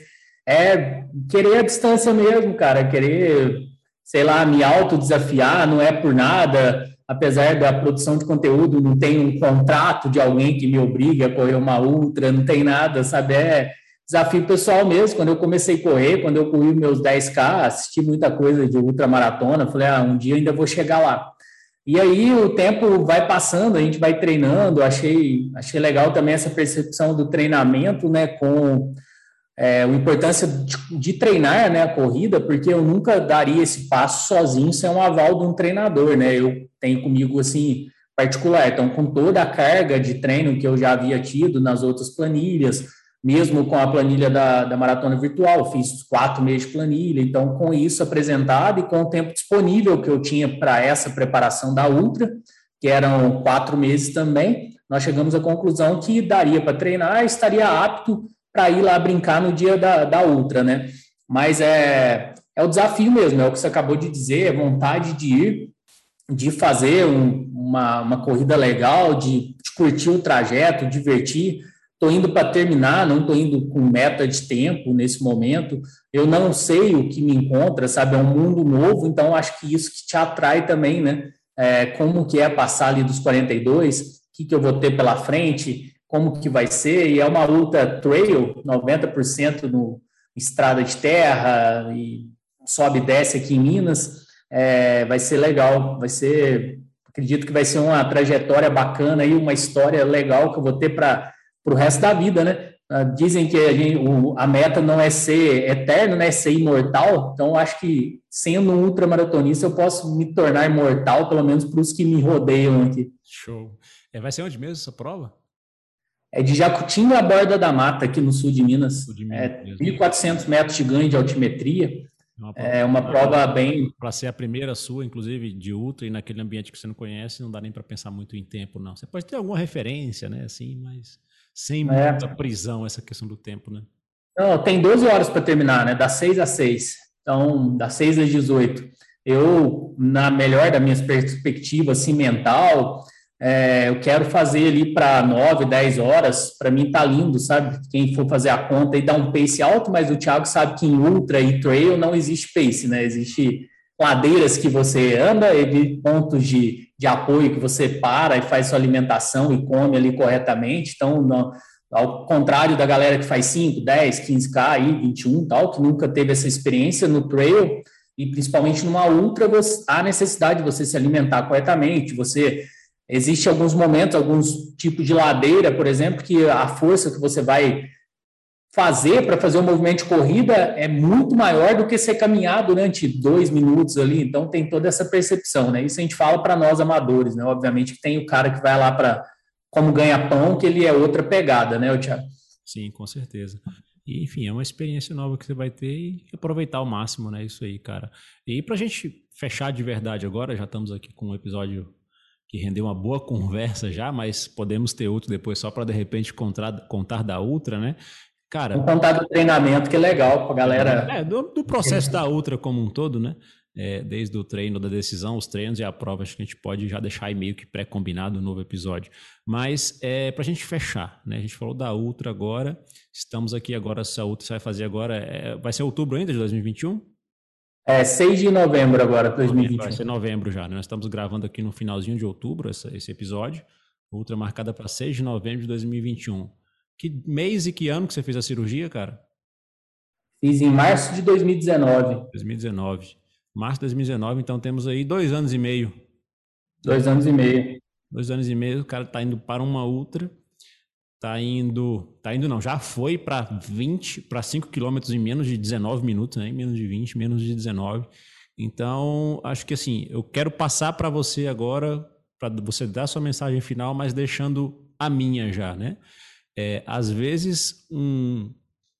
é querer a distância mesmo, cara, querer, sei lá, me autodesafiar, não é por nada, apesar da produção de conteúdo, não tem um contrato de alguém que me obrigue a correr uma ultra, não tem nada, sabe? É desafio pessoal mesmo. Quando eu comecei a correr, quando eu corri meus dez K, assisti muita coisa de ultramaratona, falei, ah, um dia ainda vou chegar lá. E aí o tempo vai passando, a gente vai treinando, achei, achei legal também essa percepção do treinamento, né, com é, a importância de, de treinar, né, a corrida, porque eu nunca daria esse passo sozinho sem um aval de um treinador, né? Eu tenho comigo, assim, particular. Então, com toda a carga de treino que eu já havia tido nas outras planilhas, mesmo com a planilha da, da maratona virtual, fiz quatro meses de planilha. Então, com isso apresentado e com o tempo disponível que eu tinha para essa preparação da Ultra, que eram quatro meses também, nós chegamos à conclusão que daria para treinar e estaria apto para ir lá brincar no dia da, da Ultra, né? Mas é, é o desafio mesmo, é o que você acabou de dizer, é vontade de ir, de fazer um, uma, uma corrida legal, de, de curtir o trajeto, divertir. Estou indo para terminar, não estou indo com meta de tempo nesse momento. Eu não sei o que me encontra, sabe? É um mundo novo, então acho que isso que te atrai também, né? É, como que é passar ali dos quarenta e dois, o que, que eu vou ter pela frente, como que vai ser, e é uma luta trail, noventa por cento no estrada de terra, e sobe e desce aqui em Minas, é, vai ser legal, vai ser, acredito que vai ser uma trajetória bacana e uma história legal que eu vou ter para o resto da vida, né? Dizem que a, gente, o, a meta não é ser eterno, né? É ser imortal, então acho que sendo um ultramaratonista eu posso me tornar imortal, pelo menos para os que me rodeiam aqui. Show. É, vai ser onde mesmo essa prova? É de Jacutinga à Borda da Mata, aqui no sul de Minas. Sul de Minas é mil e quatrocentos metros de ganho de altimetria. É uma prova, é uma prova bem... Para ser a primeira sua, inclusive, de ultra e naquele ambiente que você não conhece, não dá nem para pensar muito em tempo, não. Você pode ter alguma referência, né? Assim, mas sem muita é. prisão essa questão do tempo, né? Não, tem doze horas para terminar, né? Das seis às seis. Então, das seis às dezoito. Eu, na melhor das minhas perspectivas, assim, mental... É, eu quero fazer ali para nove, dez horas, para mim tá lindo, sabe? Quem for fazer a conta e dar um pace alto, mas o Thiago sabe que em ultra e trail não existe pace, né? Existe ladeiras que você anda, e pontos de, de apoio que você para e faz sua alimentação e come ali corretamente. Então, não, ao contrário da galera que faz cinco, dez, quinze K, aí, vinte e um tal, que nunca teve essa experiência no trail, e principalmente numa ultra, você, há necessidade de você se alimentar corretamente, você... Existe alguns momentos, alguns tipos de ladeira, por exemplo, que a força que você vai fazer para fazer um movimento de corrida é muito maior do que você caminhar durante dois minutos ali. Então, tem toda essa percepção, né? Isso a gente fala para nós amadores, né? Obviamente que tem o cara que vai lá para como ganha-pão, que ele é outra pegada, né, Thiago? Sim, com certeza. E, enfim, é uma experiência nova que você vai ter e aproveitar ao máximo, né? Isso aí, cara. E para a gente fechar de verdade agora, já estamos aqui com um episódio... que rendeu uma boa conversa já, mas podemos ter outro depois só para, de repente, contar, contar da Ultra, né? Cara, vamos contar do treinamento, que é legal para a galera... É, do, do processo da Ultra como um todo, né? É, desde o treino da decisão, os treinos e a prova, acho que a gente pode já deixar aí meio que pré-combinado um novo episódio. Mas, é, para a gente fechar, né? A gente falou da Ultra agora, estamos aqui agora, se a Ultra você vai fazer agora, é, vai ser outubro ainda de dois mil e vinte e um? É, seis de novembro agora, dois mil e vinte e um. Vai ser novembro já, né? Nós estamos gravando aqui no finalzinho de outubro essa, esse episódio. Ultra marcada para seis de novembro de dois mil e vinte e um. Que mês e que ano que você fez a cirurgia, cara? Fiz em março de dois mil e dezenove. dois mil e dezenove. Março de dois mil e dezenove, então temos aí dois anos e meio. Dois anos e meio. Dois anos e meio, o cara tá indo para uma Ultra. Tá indo, tá indo não, já foi para vinte, para cinco quilômetros em menos de dezenove minutos, né? Menos de vinte, menos de dezenove. Então, acho que assim, eu quero passar para você agora, para você dar sua mensagem final, mas deixando a minha já, né? É, às vezes, um,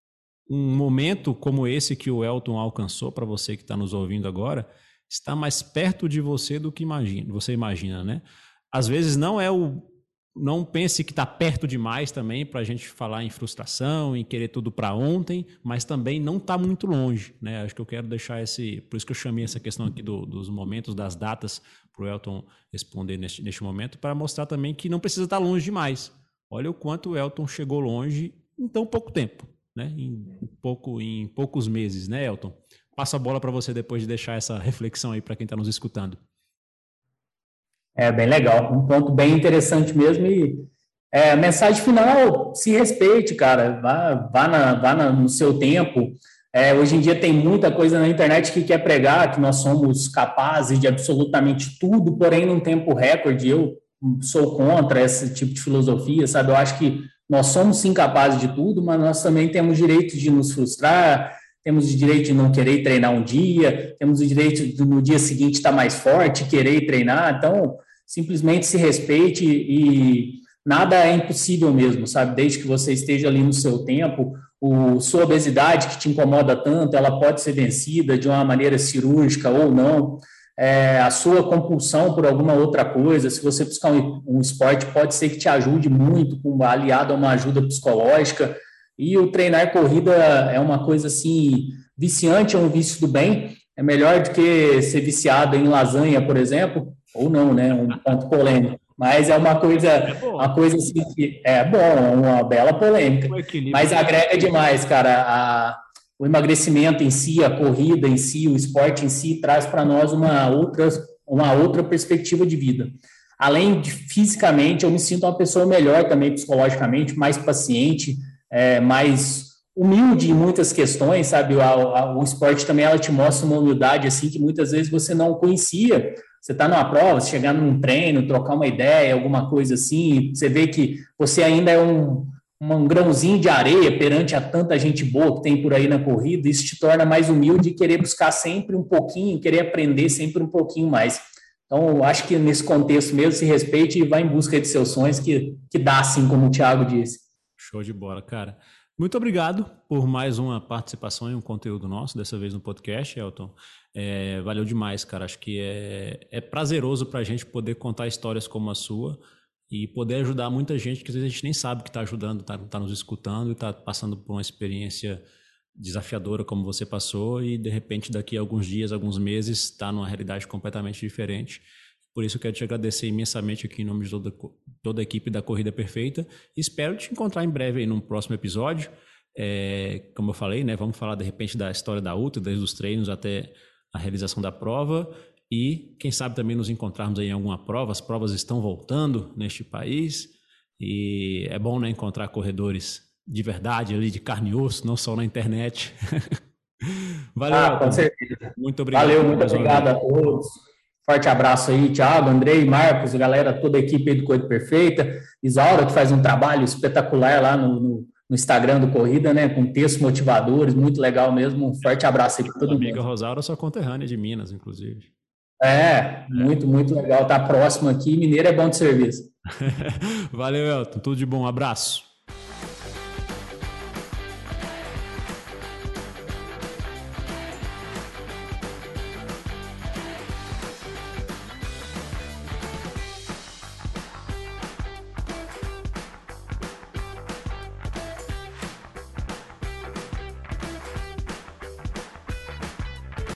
um momento como esse que o Elton alcançou, para você que está nos ouvindo agora, está mais perto de você do que imagina, você imagina, né? Às vezes não é o Não pense que está perto demais também para a gente falar em frustração, em querer tudo para ontem, mas também não está muito longe, né? Acho que eu quero deixar esse... Por isso que eu chamei essa questão aqui do, dos momentos, das datas, para o Elton responder neste, neste momento, para mostrar também que não precisa estar longe demais. Olha o quanto o Elton chegou longe em tão pouco tempo, né? Em, pouco, em poucos meses, né, Elton? Passo a bola para você depois de deixar essa reflexão aí para quem está nos escutando. É bem legal, um ponto bem interessante mesmo. E é, a mensagem final: se respeite, cara, vá, vá, na, vá na, no seu tempo. É, hoje em dia tem muita coisa na internet que quer pregar que nós somos capazes de absolutamente tudo, porém num tempo recorde. Eu sou contra esse tipo de filosofia, sabe? Eu acho que nós somos sim capazes de tudo, mas nós também temos direito de nos frustrar, temos o direito de não querer treinar um dia, temos o direito de no dia seguinte estar mais forte, querer treinar, então simplesmente se respeite e nada é impossível mesmo, sabe? Desde que você esteja ali no seu tempo, o, sua obesidade que te incomoda tanto, ela pode ser vencida de uma maneira cirúrgica ou não, é, a sua compulsão por alguma outra coisa, se você buscar um, um esporte, pode ser que te ajude muito, com, aliado a uma ajuda psicológica, e o treinar corrida é uma coisa assim, viciante, é um vício do bem, é melhor do que ser viciado em lasanha, por exemplo, ou não, né? Um ponto polêmico. Mas é uma coisa, é uma coisa assim que é bom, é uma bela polêmica. Mas agrega demais, cara. A, o emagrecimento em si, a corrida em si, o esporte em si, traz para nós uma outra, uma outra perspectiva de vida. Além de fisicamente, eu me sinto uma pessoa melhor também psicologicamente, mais paciente, é, mais humilde em muitas questões, sabe? O, a, o esporte também ela te mostra uma humildade assim que muitas vezes você não conhecia. Você está numa prova, chegar num treino, trocar uma ideia, alguma coisa assim, você vê que você ainda é um, um grãozinho de areia perante a tanta gente boa que tem por aí na corrida, isso te torna mais humilde e querer buscar sempre um pouquinho, querer aprender sempre um pouquinho mais. Então, eu acho que nesse contexto mesmo, se respeite e vá em busca de seus sonhos, que, que dá, assim como o Thiago disse. Show de bola, cara. Muito obrigado por mais uma participação e um conteúdo nosso, dessa vez no podcast, Elton. É, valeu demais, cara. Acho que é, é prazeroso para a gente poder contar histórias como a sua e poder ajudar muita gente que às vezes a gente nem sabe que está ajudando, está tá nos escutando e está passando por uma experiência desafiadora como você passou e de repente daqui a alguns dias, alguns meses, está numa realidade completamente diferente. Por isso eu quero te agradecer imensamente aqui em nome de toda, toda a equipe da Corrida Perfeita. Espero te encontrar em breve aí num próximo episódio. É, como eu falei, né, vamos falar de repente da história da Ultra, desde os treinos até a realização da prova e quem sabe também nos encontrarmos aí em alguma prova. As provas estão voltando neste país e é bom, né, encontrar corredores de verdade ali, de carne e osso, não só na internet. Valeu, ah, com certeza. Muito obrigado. Valeu, muito obrigado a todos. Forte abraço aí, Thiago, Andrei, Marcos, galera, toda a equipe aí do Corrida Perfeita. Isaura, que faz um trabalho espetacular lá no, no, no Instagram do Corrida, né? Com textos motivadores, muito legal mesmo. Um forte abraço aí para todo mundo. Amiga Rosaura, sua conterrânea de Minas, inclusive. É, muito, muito legal. Tá próximo aqui. Mineiro é bom de serviço. Valeu, Elton. Tudo de bom. Um abraço.